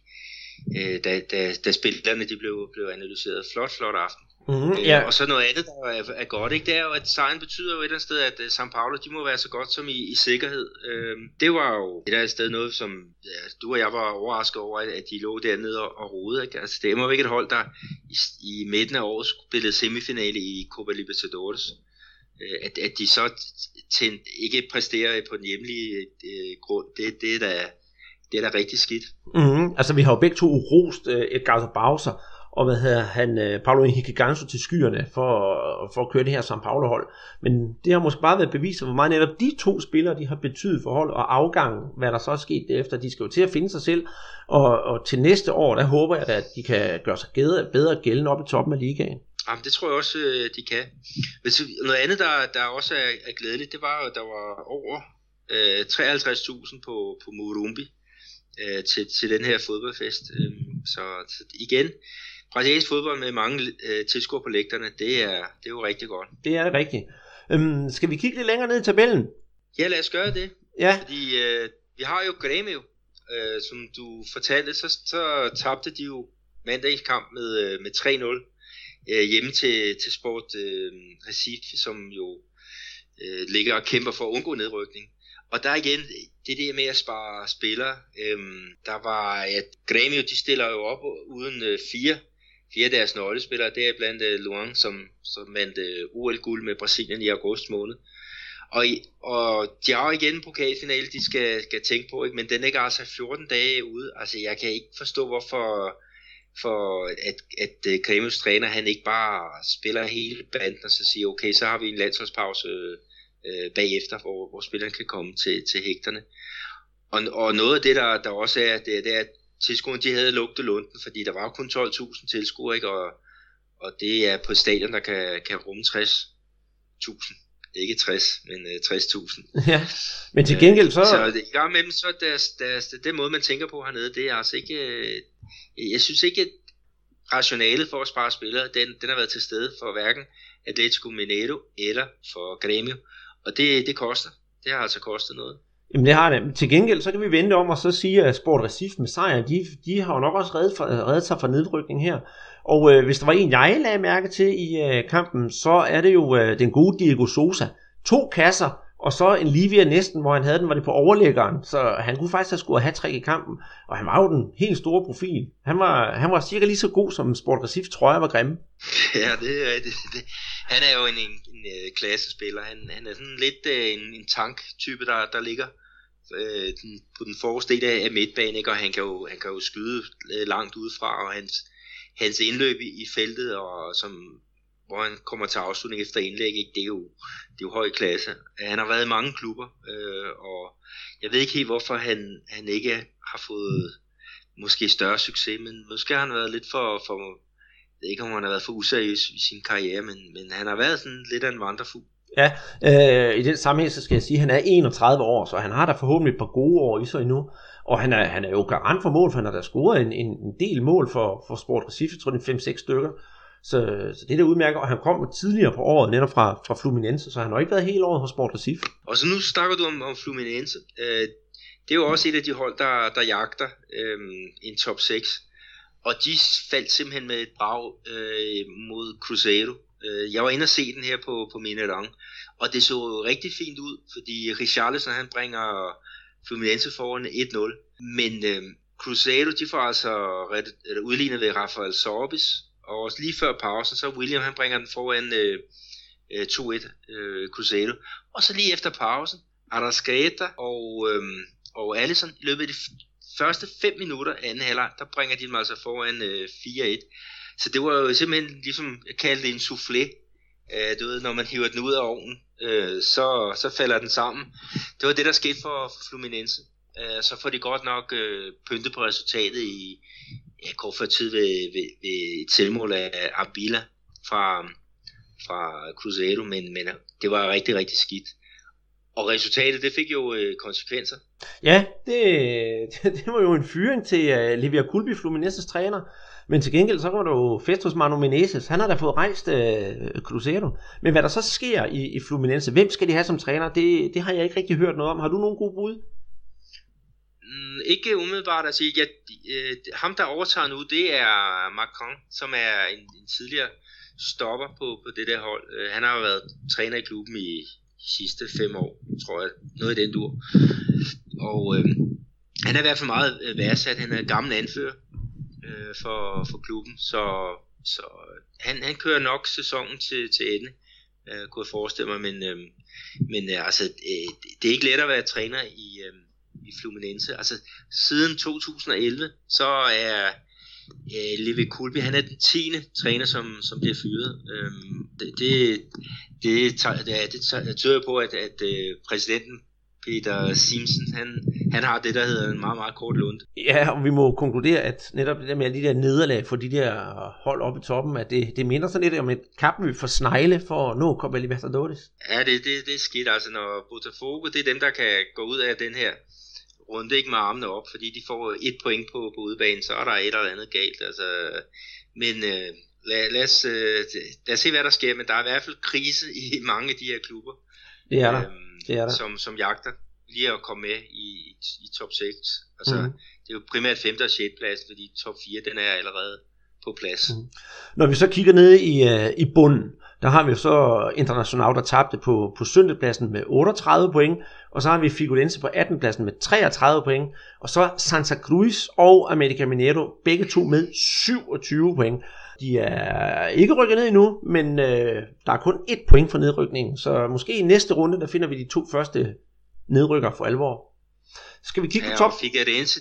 da spillerne de blev analyseret. Flot aften. Yeah. Og så noget andet, der er godt, ikke? Det er jo, at sejren betyder jo et eller andet sted, at São Paulo, de må være så godt som i sikkerhed. Det var jo et eller andet sted noget, som du og jeg var overrasket over, at de lå dernede og rode, ikke? Altså, det er jo ikke et hold, der i midten af året spillede semifinale i Copa Libertadores. At de så ikke præsterer på den hjemlige grund, det er da rigtig skidt. Altså vi har jo begge to rost Edgardo Bauser og Paulo Henrique Ganso til skyerne for at køre det her São Paulo hold. Men det har måske bare været bevis for, hvor meget netop de to spillere de har betydet for hold og afgang, hvad der så er sket derefter. De skal jo til at finde sig selv, og til næste år, der håber jeg at de kan gøre sig bedre gældende op i toppen af ligaen. Jamen, det tror jeg også, de kan. Men noget andet, der også er glædeligt, det var, at der var over 53.000 på Morumbi til den her fodboldfest. Så igen, brasiliansk fodbold med mange tilskuere på lægterne, det er jo rigtig godt. Det er rigtigt. Skal vi kigge lidt længere ned i tabellen? Ja, lad os gøre det. Ja. Fordi vi har jo Grêmio, som du fortalte, så tabte de jo mandagens kamp med 3-0 hjemme til Sport Recife, som jo ligger og kæmper for at undgå nedrykning. Og der igen, det der med at spare spillere, der var, at Grêmio, de stiller jo op uden fire af deres nøglespillere, det er blandt Luan, som vandt OL-guld med Brasilien i august måned. Og de har jo igen en pokalfinale, de skal tænke på, ikke? Men den ligger altså 14 dage ude. Altså jeg kan ikke forstå, hvorfor at Grêmios træner, han ikke bare spiller hele banden og så siger, okay, så har vi en landsholdspause bagefter, hvor spillerne kan komme til hægterne. Og noget af det, der også er, det er, at tilskuerne, de havde lugtet lunden, fordi der var jo kun 12.000 tilskuere, ikke? Og det er på et stadion, der kan rumme 60.000. Ikke 60, men 60.000. Ja, men til gengæld så... Så i gang med dem, så den måde, man tænker på hernede, det er altså ikke... Jeg synes ikke, at rationalet for at spare spillere, den har været til stede for hverken Atlético Mineiro eller for Grêmio. Og det koster. Det har altså kostet noget. Jamen det har det. Til gengæld, så kan vi vente om og så sige, at Sport Recife med sejr, de har jo nok også reddet sig fra nedrykning her. Og hvis der var en, jeg lagde mærke til i kampen, så er det jo den gode Diego Sousa. 2 kasser, og så en Livia næsten, hvor han havde den, var det på overlæggeren. Så han kunne faktisk have scoret hat-trick i kampen, og han var jo den helt store profil. Han var cirka lige så god som Sport Recife, tror jeg, var grimme. Ja, det er det. Han er jo en klassespiller. Han er sådan lidt en tank-type, der ligger på den forreste del af midtbanen, ikke? Og han kan jo skyde langt udefra, og hans indløb i feltet, og hvor han kommer til afslutning efter indlæg, ikke? Det er jo høj klasse. Han har været i mange klubber, og jeg ved ikke helt, hvorfor han ikke har fået måske større succes, men måske har han været lidt for jeg ved ikke, om han har været for useriøs i sin karriere, men han har været sådan lidt af en vandrefugl. Ja, i den sammenhæng, så skal jeg sige, at han er 31 år, så han har da forhåbentlig et par gode år i sig endnu. Og han er jo garant for mål, for han har da scoret en del mål for Sport Recife, jeg tror det er 5-6 stykker. Så det er da udmærket, og han kom tidligere på året, netop fra Fluminense, så han har ikke været hele året hos Sport Recife. Og så nu snakker du om Fluminense. Det er jo også et af de hold, der jagter en top 6. Og de faldt simpelthen med et brag mod Cruzeiro. Jeg var inde og se den her på Mineirão, og det så rigtig fint ud, fordi Richarlison, han bringer Fluminense foran 1-0. Men Cruzeiro, de får altså udlignet ved Rafael Sorbis, og også lige før pausen, så William, han bringer den foran 2-1 Cruzeiro. Og så lige efter pausen, Arrascaeta og Alisson i løbet af de første 5 minutter af anden halvleg, der bringer de dem altså foran 4-1. Så det var jo simpelthen ligesom, jeg kaldte det en soufflé. Du ved, når man hiver den ud af ovnen, så falder den sammen. Det var det, der skete for Fluminense. Så får de godt nok pyntet på resultatet i kort før tid ved et selvmål af Abila fra Cruzeiro, men det var rigtig, rigtig skidt. Og resultatet, det fik jo konsekvenser. Ja, det var jo en fyring til Livia Kulbi, Fluminenses træner. Men til gengæld så var der jo fest hos Manu Menezes. Han har da fået rejst Cruzeiro. Men hvad der så sker i Fluminense, hvem skal de have som træner, det har jeg ikke rigtig hørt noget om. Har du nogen gode bud? Ikke umiddelbart. Altså, ham der overtager nu, det er Macron, som er en tidligere stopper på det der hold. Han har jo været træner i klubben i de sidste 5 år, tror jeg. Noget i den dur. Og han er i hvert fald meget værdsat. Han er gammel anfører for klubben, så han kører nok sæsonen til ende, kunne jeg forestille mig, men altså det er ikke let at være træner i Fluminense. Altså siden 2011 så er Livia Kulbi, han er den 10. træner som bliver fyret. Det tyder på at præsidenten Peter Simpson, han har det, der hedder en meget, meget kort lunde. Ja, og vi må konkludere, at netop det der med de der nederlag for de der hold oppe i toppen, at det minder sådan lidt om et kapløb for snegle for at nå Copa Libertadores. Ja, det er skidt. Altså når Botafogo, det er dem, der kan gå ud af den her runde ikke med armene op, fordi de får 1 point på udebanen, så er der et eller andet galt. Altså, men lad os se, hvad der sker, men der er i hvert fald krise i mange af de her klubber. Det er der. Som jagter lige at komme med i top 6. Altså, det er jo primært 5. og 6. plads, fordi top 4, den er allerede på plads. Når vi så kigger ned i bunden, der har vi jo så Internacional, der tabte på 7. pladsen med 38 point, og så har vi Figueirense på 18. pladsen med 33 point, og så Santa Cruz og América Mineiro, begge to med 27 point. De er ikke rykket ned endnu, men der er kun 1 point for nedrykningen, så måske i næste runde, der finder vi de 2 første nedrykker for alvor. Skal vi kigge på top? Figueirense,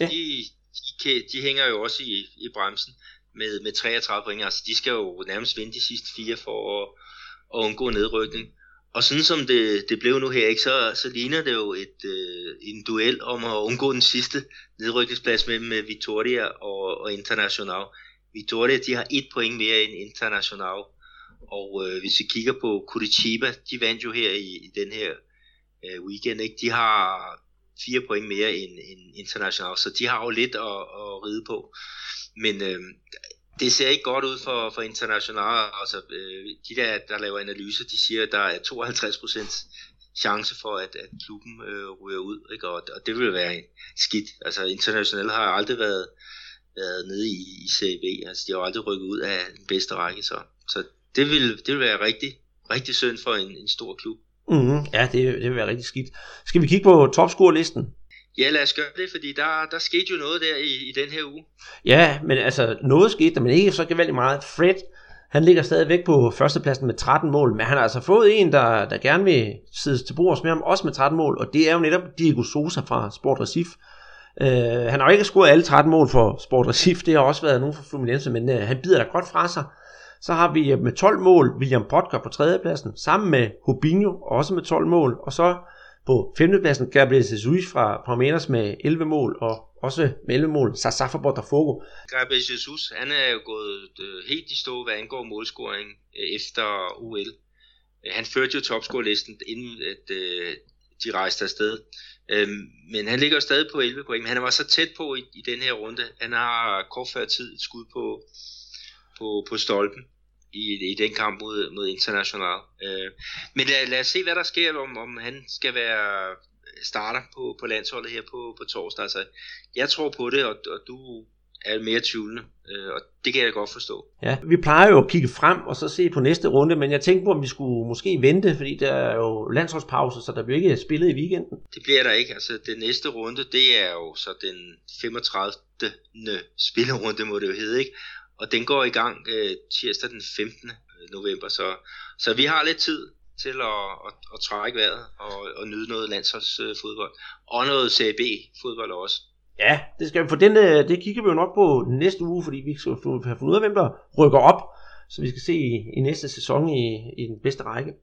de hænger jo også i bremsen med 33 point. Altså, de skal jo nærmest vinde de sidste 4 for at undgå nedrykning. Og sådan som det blev nu her, ikke, så ligner det jo en duel om at undgå den sidste nedrykningsplads mellem Vitória og Internacional. Vitória, de har 1 point mere end Internacional. Og hvis vi kigger på Curitiba, de vandt jo her i den her weekend, ikke? De har 4 point mere end Internacional, så de har jo lidt at ride på. Men det ser ikke godt ud for Internacional. Altså, de der laver analyser, de siger, at der er 52% chance for, at klubben ryger ud, ikke? Og det vil være skidt. Altså, Internacional har aldrig været nede i CB. Altså, de har aldrig rykket ud af den bedste række, så det vil være rigtig, rigtig synd for en stor klub. Ja, det vil være rigtig skidt. Skal vi kigge på topscore-listen? Ja, lad os gøre det, fordi der skete jo noget der i den her uge. Ja, men altså noget skete der, men ikke så gevaldigt meget. Fred, han ligger stadigvæk på førstepladsen med 13 mål, men han har altså fået en, der gerne vil sidde til bords med ham, også med 13 mål, og det er jo netop Diego Sousa fra Sport Recife. Han har jo ikke scoret alle 13 mål for Sport Recife, det har også været nogen for Fluminense, men han bider da godt fra sig. Så har vi med 12 mål William Potker på 3. pladsen, sammen med Robinho, også med 12 mål, og så på 5. pladsen Gabriel Jesus fra Palmeiras med 11 mål, og også med 11 mål Sassá fra Botafogo. Gabriel Jesus, han er jo gået helt i stå, hvad angår målscoring efter OL. Han førte jo topscorelisten, inden at de rejste afsted. Men han ligger jo stadig på 11 point, men han var så tæt på i den her runde. Han har kort før tid et skud på stolpen i den kamp mod Internacional. Men lad os se, hvad der sker, om han skal være starter på landsholdet her på torsdag. Altså, jeg tror på det, og du er mere tvivlende, og det kan jeg godt forstå. Ja, vi plejer jo at kigge frem og så se på næste runde, men jeg tænkte på, om vi skulle måske vente, fordi der er jo landsholdspause, så der bliver ikke spillet i weekenden. Det bliver der ikke. Altså, den næste runde, det er jo så den 35. spillerunde, må det jo hedde, ikke? Og den går i gang tirsdag den 15. november, så vi har lidt tid til at trække vejret og nyde noget landsholdsfodbold, og noget CAB-fodbold også. Ja, det skal vi, for det kigger vi jo nok på næste uge, fordi vi skal have fundet ud af, hvem der rykker op, så vi skal se i næste sæson i den bedste række.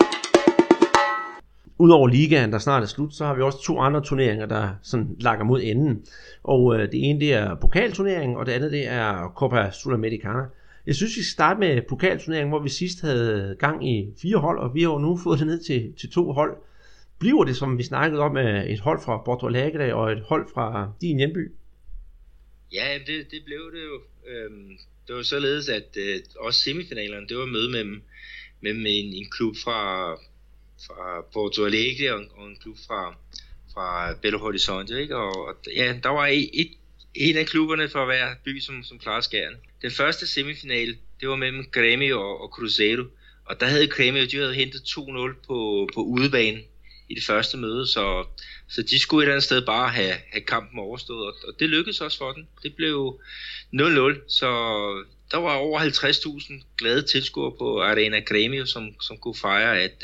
Udover ligaen, der snart er slut, så har vi også 2 andre turneringer, der sådan lakker mod enden. Og det ene, det er pokalturneringen, og det andet, det er Copa Sudamericana. Jeg synes, vi skal starte med pokalturneringen, hvor vi sidst havde gang i 4 hold, og vi har jo nu fået det ned til 2 hold. Bliver det, som vi snakkede om, et hold fra Porto Alegre og et hold fra din hjemby? Ja, det blev det jo. Det var således, at også semifinalerne, det var møde mellem en klub fra Porto Alegre og en klub fra Belo Horizonte, ikke? Og ja, der var en af klubberne fra hver by, som klarede skærene. Den første semifinal, det var mellem Grêmio og Cruzeiro, og der havde Grêmio, de havde hentet 2-0 på udebane i det første møde, så de skulle et eller andet sted bare have kampen overstået, og det lykkedes også for den. Det blev 0-0, så der var over 50.000 glade tilskuere på Arena Grêmio, som kunne fejre, at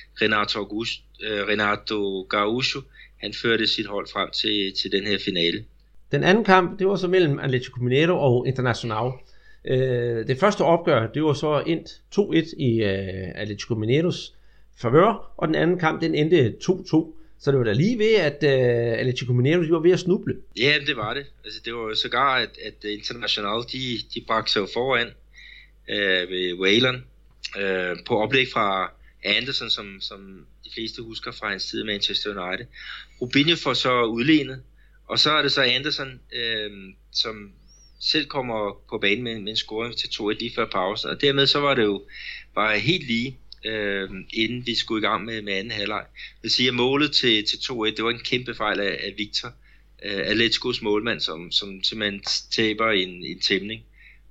Renato Gaúcho, han førte sit hold frem til den her finale. Den anden kamp, det var så mellem Atlético Mineiro og Internacional. Det første opgør, det var så endt 2-1 i Atlético Mineiros favør, og den anden kamp, den endte 2-2. Så det var da lige ved, at Atlético Mineiro, de var ved at snuble. Ja, det var det. Altså, det var jo sågar, at Internacional, de bragte sig foran ved Wayland på oplæg fra Anderson, som de fleste husker fra hans tid i Manchester United. Robinho får så udlignet, og så er det så Anderson, selv kommer på banen med en scoring til 2-1 lige før pausen, og dermed så var det jo bare helt lige, inden vi skulle i gang med anden halvleg. Jeg vil sige, at målet til 2-1, det var en kæmpe fejl af Victor, Atleticos målmand, som simpelthen taber en tæmning,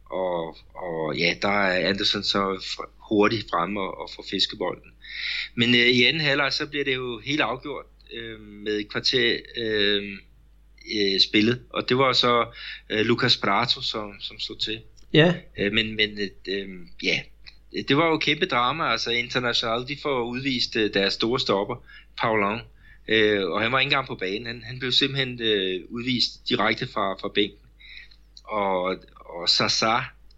og ja, der er Anderson så hurtigt fremme og får fiskebolden. Men i anden halvleg, så bliver det jo helt afgjort med et kvarter spillet, og det var så Lucas Prato, som slog til. Ja. Men ja, det var jo kæmpe drama. Altså International, de får udvist deres store stopper, Paulin, og han var ikke engang på banen. Han blev simpelthen udvist direkte fra bænken. Og Sasa,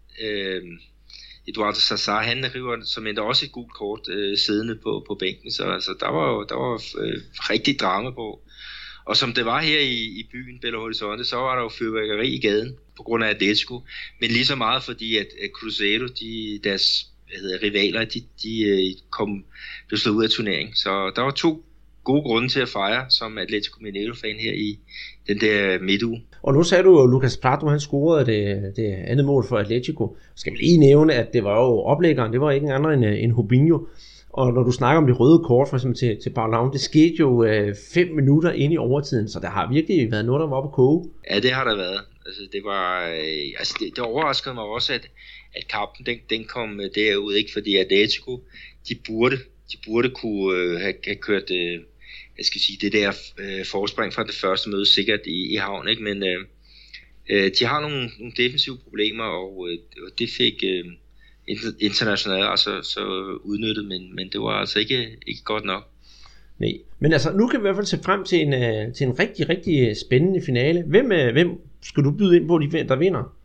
Eduardo Sasa, han river som endda også et gult kort siddende på bænken. Så altså, der var rigtig drama på. Og som det var her i byen Belo Horizonte, så var der jo fyrværkeri i gaden på grund af Atletico, men lige så meget fordi at Cruzeiro, deres rivaler, de blev slået ud af turneringen. Så der var 2 gode grunde til at fejre som Atletico Mineiro-fan her i den der midtuge. Og nu sagde du jo, Lucas Prato, han scorede det andet mål for Atletico. Skal vi lige nævne, at det var jo oplæggeren, det var ikke andre end Robinho. Og når du snakker om det røde kort, for eksempel til Paulin, det skete jo 5 minutter ind i overtiden, så der har virkelig været noget, der var oppe at koge. Ja, det har der været. Altså, det var, det overraskede mig også, at kampen den kom derud, ikke, fordi Atletico, de burde kunne have kørt, jeg skal sige, det der forspring fra det første møde sikkert i havn, ikke, men de har nogle defensive problemer, og det fik International altså så udnyttet, men det var altså ikke godt nok. Nej, men altså nu kan vi i hvert fald se frem til en rigtig, rigtig spændende finale. Hvem skal du byde ind på, der vinder?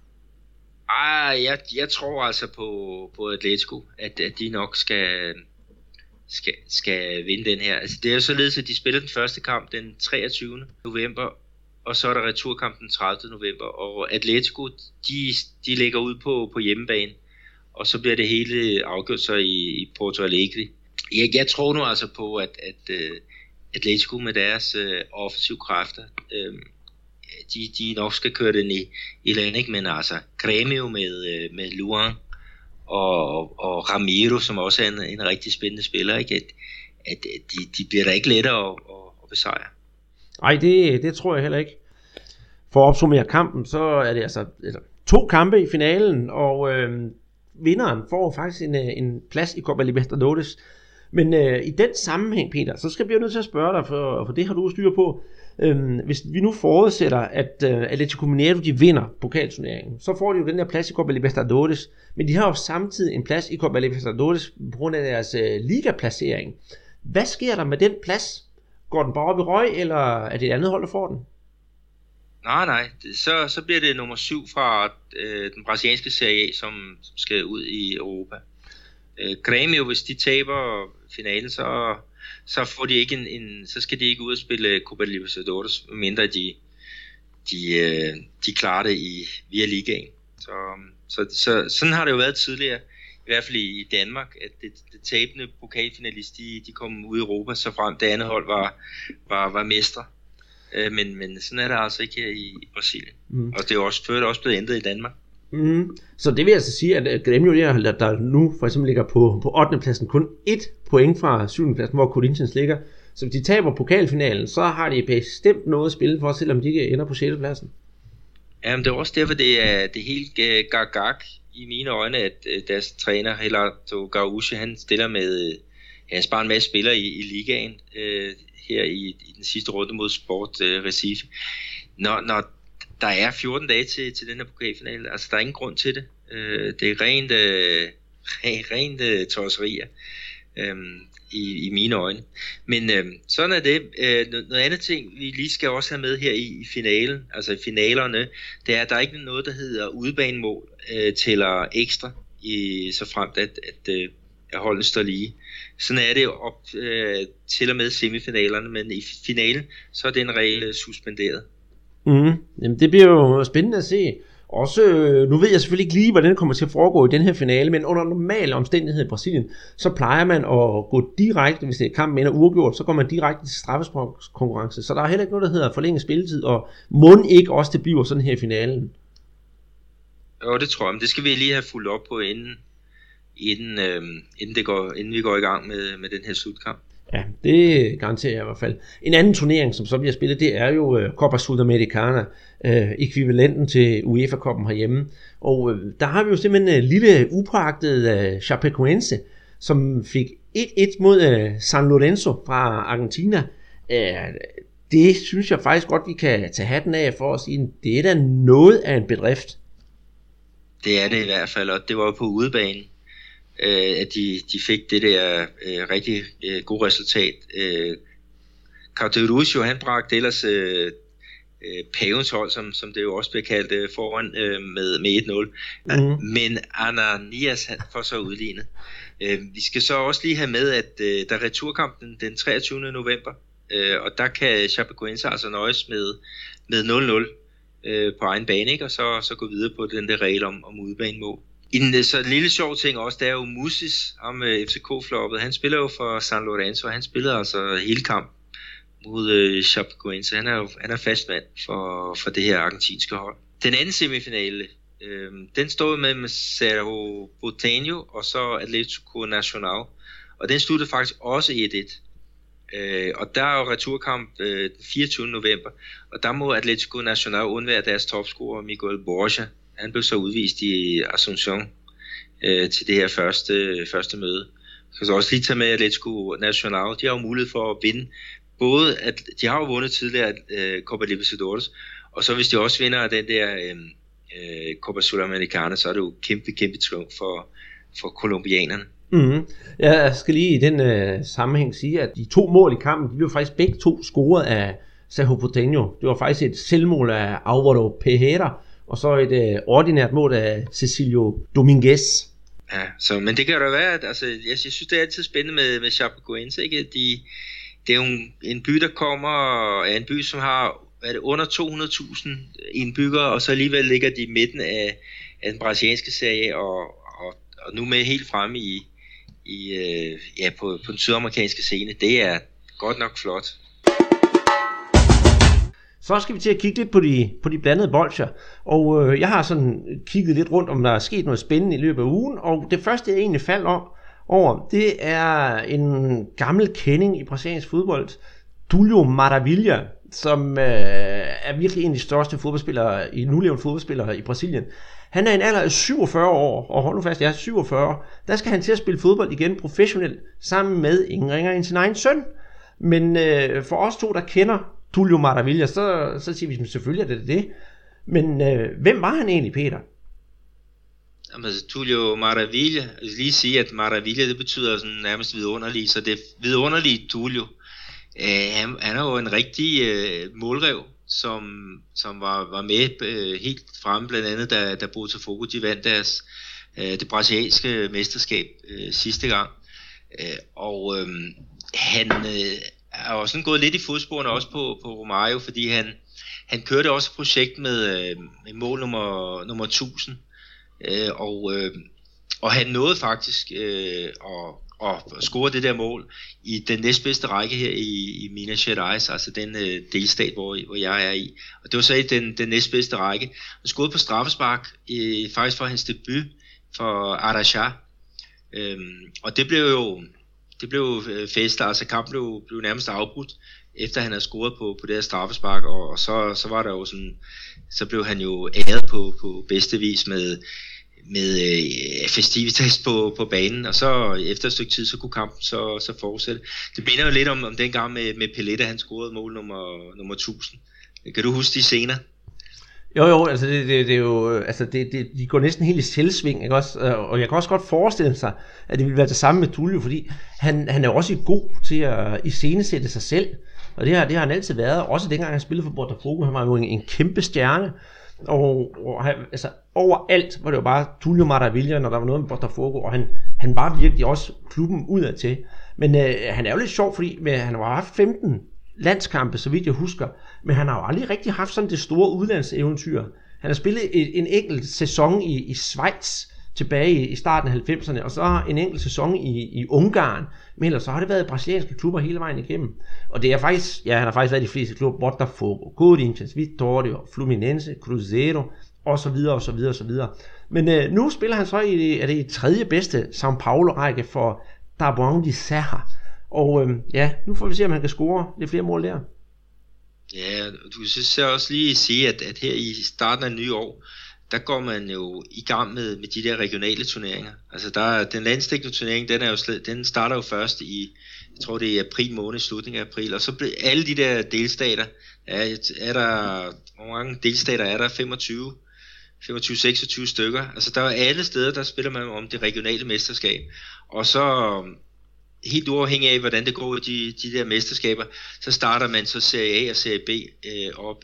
Jeg tror altså på Atletico, at de nok skal vinde den her. Altså, det er jo således, at de spiller den første kamp den 23. november, og så er der returkamp den 30. november, og Atletico, de ligger ud på hjemmebane, og så bliver det hele afgjort så i Porto Alegre. Jeg tror nu altså på, at Atletico med deres offensive kræfter, de nok skal køre den i land, ikke? Men altså Grêmio med Luan og Ramiro, som også er en rigtig spændende spiller, ikke? At de bliver da ikke lettere at besejre. Nej, det tror jeg heller ikke. For at opsummere kampen, så er det altså 2 kampe i finalen, og vinderen får faktisk en plads i Copa Libertadores. Men i den sammenhæng, Peter, så skal vi jo nødt til at spørge dig, for det har du styr på. Hvis vi nu forudsætter, at Atletico Mineiro de vinder pokalturneringen, så får de jo den der plads i Copa Libertadores, men de har jo samtidig en plads i Copa Libertadores på grund af deres ligaplacering. Hvad sker der med den plads? Går den bare op i røg, eller er det et andet hold, der får den? Nej, så bliver det nummer 7 fra den brasilianske Serie A, som skal ud i Europa. Grêmio, hvis de taber finalen, så får de ikke så skal de ikke ud og spille Copa Libertadores, mindre de klarer det via ligaen. Så sådan har det jo været tidligere, i hvert fald i Danmark, at det tabende pokalfinalist, de kom ud i Europa, så frem det andet hold var mestre. Men sådan er det altså ikke her i Brasilien. Og det er også før det også blevet ændret i Danmark. Så det vil altså sige, at Grêmio der nu for eksempel ligger på 8. pladsen, kun 1 point fra 7. pladsen, hvor Corinthians ligger. Så hvis de taber pokalfinalen, så har de bestemt noget at spille for, selvom de ikke ender på 6. pladsen. Jamen det er også derfor, det er helt gag i mine øjne, at deres træner Renato Gaúcho, han stiller med, han sparer en masse spillere i ligaen her i den sidste runde mod Sport Recife. Når der er 14 dage til den her pokalfinale, altså der er ingen grund til det. Det er rent tosserier i mine øjne. Men sådan er det. Noget andet ting, vi lige skal også have med her i finalen, altså i finalerne, det er, at der er ikke noget, der hedder udebanemål tæller ekstra, så fremt at holdene står lige. Sådan er det op til og med semifinalerne, men i finalen, så er den regel suspenderet. Jamen, det bliver jo spændende at se. Også, nu ved jeg selvfølgelig ikke lige, hvordan det kommer til at foregå i den her finale, men under normale omstændigheder i Brasilien, så plejer man at gå direkte, hvis det er kampen ender uafgjort, så går man direkte til straffesparkskonkurrence. Så der er heller ikke noget, der hedder forlænget spilletid, og må ikke også det bliver sådan her i finalen. Jo, det tror jeg, men det skal vi lige have fulgt op på, inden vi går i gang med den her slutkamp. Ja, det garanterer jeg i hvert fald. En anden turnering, som så bliver spillet, det er jo Copa Sudamericana, ekvivalenten til UEFA-koppen herhjemme. Og der har vi jo simpelthen en lille upåagtet Chapecoense, som fik 1-1 mod San Lorenzo fra Argentina. Det synes jeg faktisk godt, vi kan tage hatten af for at sige, det er da noget af en bedrift. Det er det i hvert fald, og det var jo på udebane, at de fik det der rigtig gode resultat. Cauteruccio, han bragte ellers pavens hold, som det jo også blev kaldt, foran med 1-0. Men Ananias, han får så udlignet. Vi skal så også lige have med, at der er returkampen den 23. november, og der kan Chapecoense altså nøjes med 0-0 på egen bane, ikke? Og så gå videre på den der regel om udebanemål. Så en lille sjov ting også, det er jo Musis, om FCK-floppet. Han spiller jo for San Lorenzo, og han spiller altså hele kamp mod Chapecoense. Han er fastmand for det her argentinske hold. Den anden semifinale, den stod med Cerro Porteño og så Atlético Nacional, og den sluttede faktisk også 1-1. Og der er jo returkamp den 24. november, og der må Atlético Nacional undvære deres topscorer Miguel Borja. Han blev så udvist i Asunción til det her første møde. Jeg skal så også lige tage med Atlético Nacional. De har jo mulighed for at vinde. Både at de har jo vundet tidligere Copa Libertadores, og så hvis de også vinder den der Copa Sudamericana, så er det jo kæmpe triumf for colombianerne. Mm-hmm. Jeg skal lige i den sammenhæng sige, at de 2 mål i kampen, de blev faktisk begge 2 scoret af Cerro Porteño. Det var faktisk et selvmål af Álvaro Pereira, og så et ordinært mål af Cecilio Dominguez. Ja, men det kan jo da være, at altså, jeg synes, det er altid spændende med Chapecoense, ikke? Det er jo en by, der kommer af en by, som har under 200.000 indbyggere, og så alligevel ligger de i midten af den brasilianske serie, og nu med helt fremme på den sydamerikanske scene. Det er godt nok flot. Så skal vi til at kigge lidt på de blandede bolsjer, og jeg har sådan kigget lidt rundt, om der er sket noget spændende i løbet af ugen, og det første jeg egentlig faldt over, det er en gammel kending i brasiliansk fodbold, Túlio Maravilha, som er virkelig en af de største nulevende fodboldspillere i Brasilien. Han er en alder af 47 år, og hold nu fast, jeg er 47. Der skal han til at spille fodbold igen professionelt, sammen med ingen ringer end sin egen søn. Men for os to, der kender Túlio Maravilha, så siger vi selvfølgelig, at det. Men hvem var han egentlig, Peter? Jamen, Túlio Maravilha, jeg vil lige sige, at Maravilha, det betyder sådan nærmest vidunderlig, så det vidunderlige Túlio. Han er jo en rigtig målrev, som var med helt fremme, blandt andet da Botafogo de vandt det brasilianske mesterskab sidste gang. Han er også sådan gået lidt i fodsporene også på Romario, fordi han kørte også et projekt med mål nummer 1000, og han nåede faktisk at score det der mål i den næstbedste række her i Minas Gerais, altså den delstat, hvor jeg er i. Og det var så i den næstbedste række. Han scorede på straffespark, faktisk for hans debut for Araxá. Og det blev jo fest, altså kampen blev nærmest afbrudt, efter han havde scoret på det her straffespark, og så var der jo sådan, så blev han jo æret på bedste vis med festivitas på banen, og så efter et stykke tid, så kunne kampen så fortsætte. Det minder jo lidt om den gang med Pelé, da han scorede mål nummer 1000. Kan du huske de scener? Jo, altså det er jo, altså de går næsten helt i selvsving, ikke også? Og jeg kan også godt forestille sig, at det ville være det samme med Túlio, fordi han er også god til at iscenesætte sig selv, og det har han altid været, også dengang han spillede for Botafogo. Han var jo en kæmpe stjerne, og altså overalt var det jo bare Túlio Maravilha, når der var noget med Botafogo, og han var virkelig også klubben udadtil. Men han er jo lidt sjov, fordi han har haft 15 landskampe, så vidt jeg husker, men han har jo aldrig rigtig haft sådan det store udlandseventyr. Han har spillet en enkelt sæson i Schweiz tilbage i starten af 90'erne, og så en enkelt sæson i Ungarn, men ellers så har det været brasilianske klubber hele vejen igennem. Og det er faktisk, han har faktisk været i de fleste klubber: Botafogo, Corinthians, Vitória, Fluminense, Cruzeiro, og så videre, og så videre, og så videre. Men nu spiller han så er det tredje bedste São Paulo-række for Taboão de Serra. Og nu får vi se, om han kan score lidt flere mål der. Ja, du synes jeg også lige sige, at her i starten af nye år, der går man jo i gang med de der regionale turneringer. Altså den landsdækkende turnering, den starter jo først i, jeg tror det er april måned, slutningen af april, og så bliver alle de der delstater, hvor mange delstater er der? 25-26 stykker. Altså der er alle steder, der spiller man om det regionale mesterskab. Og så helt uafhængig af, hvordan det går i de der mesterskaber, så starter man så Serie A og Serie B op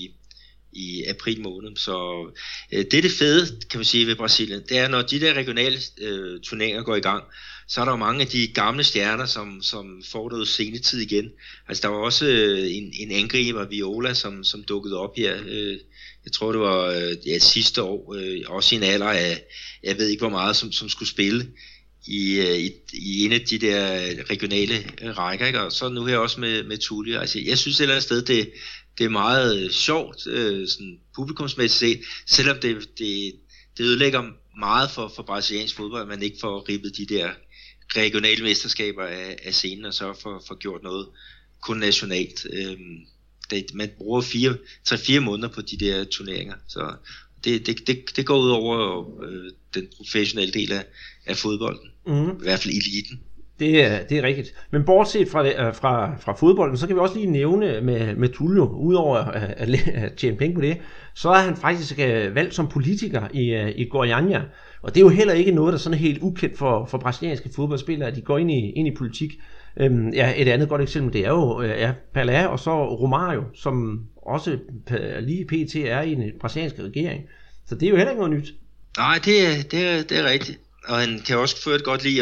i april måned. Så det er det fede, kan man sige, ved Brasilien. Det er, når de der regionale turneringer går i gang, så er der jo mange af de gamle stjerner, som får noget senetid igen. Altså der var også en angriber, Viola, som dukkede op her. Jeg tror det var sidste år, også i en alder af, jeg ved ikke hvor meget, som skulle spille i en af de der regionale rækker, ikke? Og så nu her også med Tullio. Altså jeg synes et eller andet sted, det er meget sjovt, sådan publikumsmæssigt set, selvom det ødelægger meget for brasiliansk fodbold, at man ikke får ribbet de der regionale mesterskaber af scenen, og så får gjort noget kun nationalt. Man bruger 3-4 måneder på de der turneringer, så det går ud over den professionelle del af fodbolden, i hvert fald eliten. Det er rigtigt. Men bortset fra fodbolden, så kan vi også lige nævne med Tullio, udover at tjene penge på det, så er han faktisk valgt som politiker i Goiânia. Og det er jo heller ikke noget, der er sådan helt ukendt for brasilianske fodboldspillere, at de går ind i politik. Et andet godt eksempel, det er jo Pelé og så Romário, som også lige pt. Er i en brasiliansk regering. Så det er jo heller ikke noget nyt. Nej, det er rigtigt. Og han kan også føre et godt lide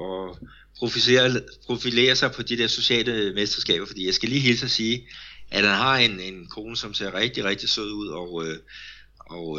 at profilere sig på de der sociale mesterskaber, fordi jeg skal lige hilse at sige, at han har en kone, som ser rigtig, rigtig sød ud, og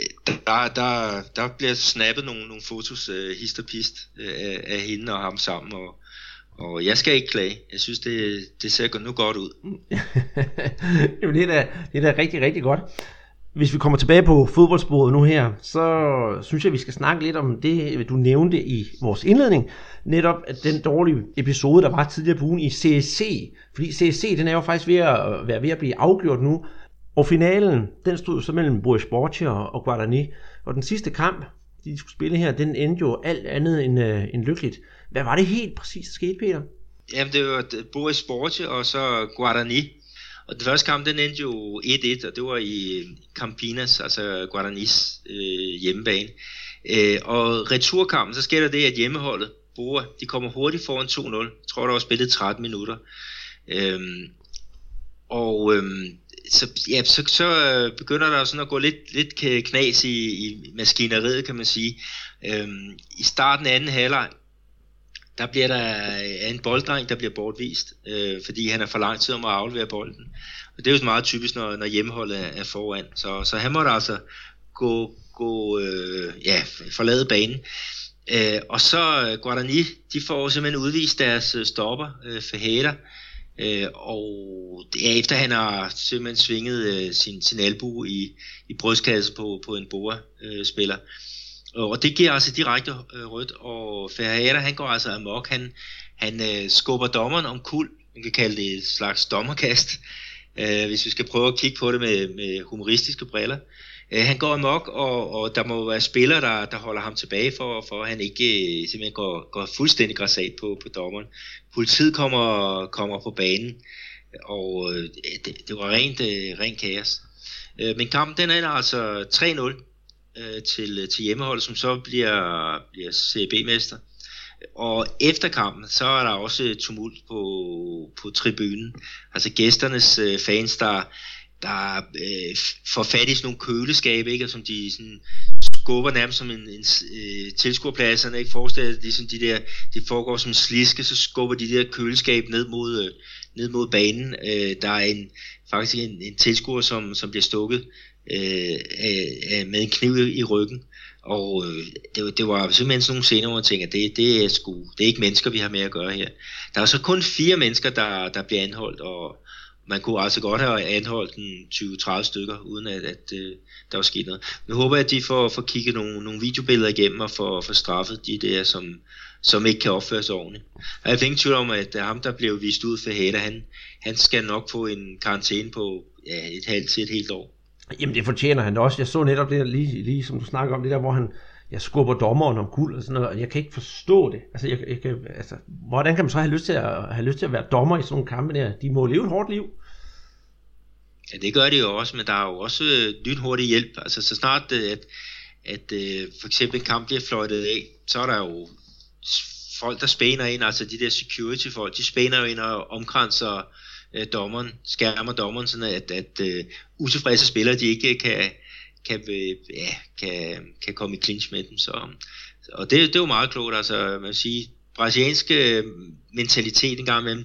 der bliver snappet nogle fotos hist og pist af hende og ham sammen, og jeg skal ikke klage. Jeg synes, det ser nu godt ud. Jamen, det er da rigtig, rigtig godt. Hvis vi kommer tilbage på fodboldsporet nu her, så synes jeg, vi skal snakke lidt om det, du nævnte i vores indledning. Netop at den dårlige episode, der var tidligere på ugen i CSC. Fordi CSC, den er jo faktisk ved at blive afgjort nu. Og finalen, den stod så mellem Boa Esporte og Guarani. Og den sidste kamp, de skulle spille her, den endte jo alt andet end lykkeligt. Hvad var det helt præcis, der skete, Peter? Jamen, det var Boa Esporte og så Guarani. Og den første kamp, den endte jo 1-1, og det var i Campinas, altså Guaranis hjemmebane. Og returkampen, så sker der det, at hjemmeholdet, Boa, de kommer hurtigt foran 2-0. Jeg tror, der var spillet 13 minutter. Så begynder der sådan at gå lidt knas i maskineriet, kan man sige. I starten af anden halvleg, der bliver der en bolddreng, der bliver bortvist, fordi han er for lang tid om at aflevere bolden. Og det er jo meget typisk, når hjemmeholdet er foran. Så han måtte altså forlade banen. Og så Guarani, de får simpelthen udvist deres stopper, Ferreira. Og efter han har simpelthen svinget sin albue i brystkasse på en Boa-spiller. Og det giver altså direkte rødt, og Ferreira, han går altså amok. Han skubber dommeren omkuld. Man kan kalde det et slags dommerkast, hvis vi skal prøve at kigge på det med humoristiske briller. Han går amok, og der må være spillere, der holder ham tilbage, for at han ikke simpelthen går fuldstændig grassat på dommeren. Politiet kommer på banen, og det var rent kaos. Men kampen, den er altså 3-0. Til hjemmeholdet, som så bliver CB-mester. Og efter kampen, så er der også tumult på tribunen. Altså gæsternes fans, der får fat i sådan nogle køleskabe, ikke? Og som de sådan skubber nærmest som en tilskuerpladserne, ikke? Forestiller de sådan de foregår som sliske, så skubber de der køleskab ned mod banen. Der er faktisk en tilskuer, som bliver stukket med en kniv i ryggen, og det var simpelthen sådan nogle scener, hvor man tænker, det er ikke mennesker, vi har med at gøre her. Der er så kun 4 mennesker, der bliver anholdt, og man kunne altså godt have anholdt en 20-30 stykker, uden at der var sket noget. Nu håber jeg, at de får kigget nogle videobilleder igennem og får straffet de der, som ikke kan opføre sig ordentligt. Jeg har ingen tvivl om, at ham, der blev vist ud for Hader, han skal nok få en karantæne på et halvt til et helt år. Jamen det fortjener han også. Jeg så netop det lige som du snakker om, det der, hvor han skubber dommeren om kul og sådan noget, og jeg kan ikke forstå det. Altså, hvordan kan man så have lyst til at være dommer i sådan nogle kampe der? De må leve et hårdt liv. Ja, det gør de jo også, men der er jo også lynhurtig hjælp. Altså så snart at for eksempel en kamp bliver fløjtet af, så er der jo folk, der spæner ind, altså de der security folk, de spæner jo ind og omkranser dommeren, skærmer dommeren, sådan at utilfredse spillere, de ikke kan komme i clinch med dem. Og det er jo meget klogt, altså man vil sige, brasilianske mentalitet en gang imellem,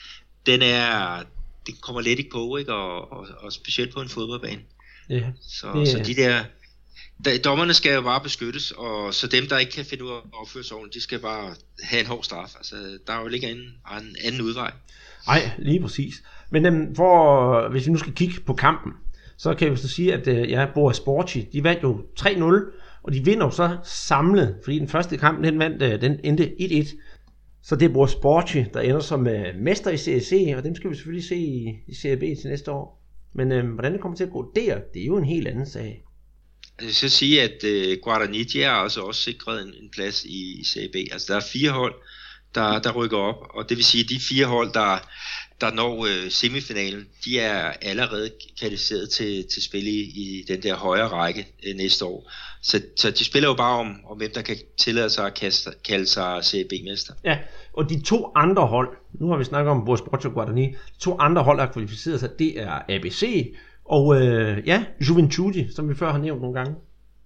det kommer let ikke på, ikke? Og specielt på en fodboldbane. Ja, så de der dommerne skal jo bare beskyttes, og så dem, der ikke kan finde ud af at opføre sig ordentligt, de skal bare have en hård straf. Altså, der er jo ikke en anden udvej. Nej, lige præcis. Men hvis vi nu skal kigge på kampen, så kan vi så sige, at Boa Esporte, de vandt jo 3-0, og de vinder jo så samlet, fordi den første kamp, den endte 1-1. Så det er Boa Esporte, der ender som mester i CSC, og dem skal vi selvfølgelig se i Serie B til næste år. Men hvordan det kommer til at gå der, det er jo en helt anden sag. Jeg skal sige, at Guarani, de er altså også sikret en plads i Serie B. Altså der er 4 hold, der rykker op, og det vil sige, at de 4 hold, der når semifinalen, de er allerede kvalificeret til spil i den der højere række næste år. Så de spiller jo bare om hvem der kan tillade sig at kalde sig Serie B-mester. Ja, og de 2 andre hold, nu har vi snakket om Boa Esporte og Guarani, de 2 andre hold, der har kvalificeret sig, det er ABC og Juventude, som vi før har nævnt nogle gange.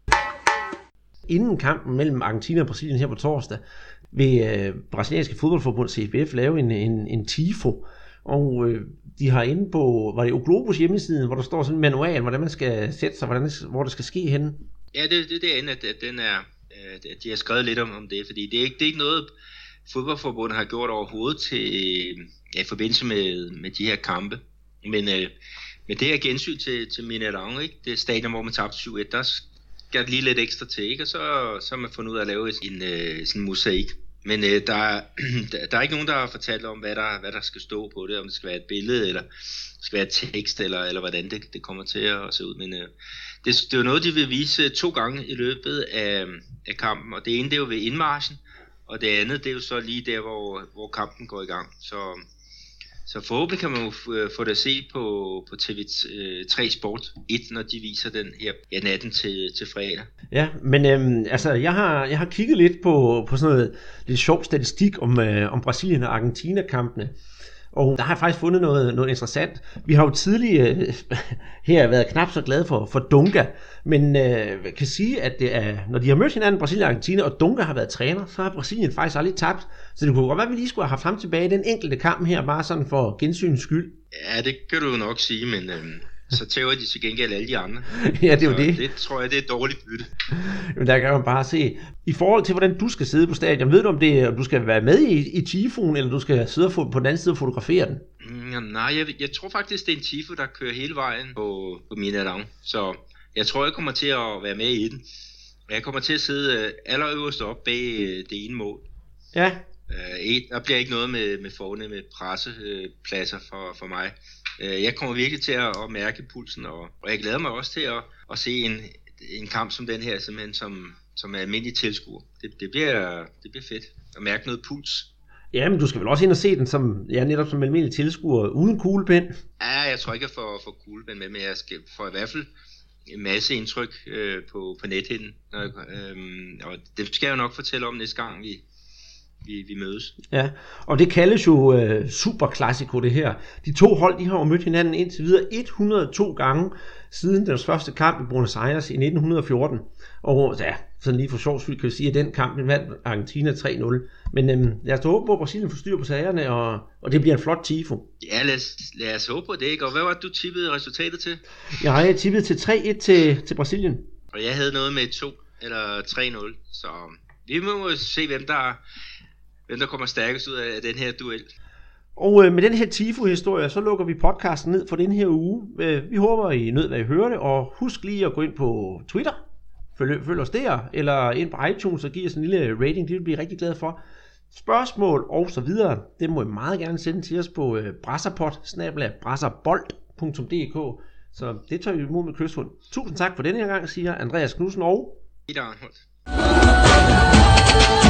Inden kampen mellem Argentina og Brasilien her på torsdag, vil brasilianske fodboldforbund CBF lave en tifo, og de har inde på, var det O Globos hjemmeside, hvor der står sådan en manual, hvordan man skal sætte sig, hvor det skal ske henne. Ja, det er derinde, at de har skrevet lidt om det, fordi det er ikke noget, fodboldforbundet har gjort overhovedet i forbindelse med de her kampe. Men det her gensyn til Mineirão, ikke? Det stadion, hvor man tabte 7-1, der skal lige lidt ekstra til, ikke? Og så har man fundet ud af at lave sådan en mosaik. Men der er ikke nogen, der har fortalt om, hvad der skal stå på det, om det skal være et billede, eller det skal være tekst, eller hvordan det kommer til at se ud. Men det er jo noget, de vil vise 2 gange i løbet af kampen, og det ene det er jo ved indmarchen, og det andet det er jo så lige der, hvor kampen går i gang. Så forhåbentlig kan man jo få det at se på TV3 Sport 1, når de viser den her natten til fredag. Ja, men jeg har kigget lidt på sådan noget lidt sjov statistik om Brasilien og Argentina-kampene. Og der har jeg faktisk fundet noget interessant. Vi har jo tidligere her været knap så glade for Dunga, men kan sige, at det er, når de har mødt hinanden, Brasilien og Argentina, og Dunga har været træner, så har Brasilien faktisk aldrig tabt. Så det kunne godt være, at vi lige skulle have haft ham tilbage i den enkelte kamp her, bare sådan for gensynens skyld. Ja, det kan du jo nok sige, men så tæver de til gengæld alle de andre. Ja, det er jo det. Det tror jeg, det er et dårligt bytte. Men der kan man bare se, i forhold til, hvordan du skal sidde på stadion, ved du, om du skal være med i tifoen, eller du skal sidde på den anden side og fotografere den? Nej, jeg tror faktisk, det er en tifo, der kører hele vejen på Mineirão. Så jeg tror, jeg kommer til at være med i den. Jeg kommer til at sidde allerøverst op bag det ene mål. Ja. Der bliver ikke noget med fornemme pressepladser for mig. Jeg kommer virkelig til at mærke pulsen, og jeg glæder mig også til at se en kamp som den her, simpelthen som er almindelig tilskuer. Det bliver fedt at mærke noget puls. Ja, men du skal vel også ind og se den netop som almindelig tilskuer, uden kuglepen? Ja, jeg tror ikke, jeg får kuglepen med, men jeg får i hvert fald en masse indtryk på nethinden. Og det skal jeg jo nok fortælle om næste gang, vi mødes. Ja, og det kaldes jo Super Classico det her. De 2 hold, de har jo mødt hinanden indtil videre 102 gange siden deres første kamp i Buenos Aires i 1914. Og ja, sådan lige for sjovs skyld kan vi sige, at den kamp den vandt Argentina 3-0. Men lad os håbe på, at Brasilien får styr på sagerne, og det bliver en flot tifo. Ja, lad os håbe på det, ikke? Og hvad var det, du tippede resultatet til? Jeg tippede til 3-1 til Brasilien. Og jeg havde noget med 2 eller 3-0, så vi må se, hvem der kommer stærkest ud af den her duel. Og med den her Tifo-historie, så lukker vi podcasten ned for den her uge. Vi håber, I nød, hvad I hørte, og husk lige at gå ind på Twitter. Følg os der, eller ind på iTunes og giv os en lille rating, det vil vi blive rigtig glade for. Spørgsmål og så videre, det må I meget gerne sende til os på brasserpod@brasserbold.dk. Så det tager vi imod med kysshund. Tusind tak for denne her gang, siger Andreas Knudsen og Peter Arnholdt.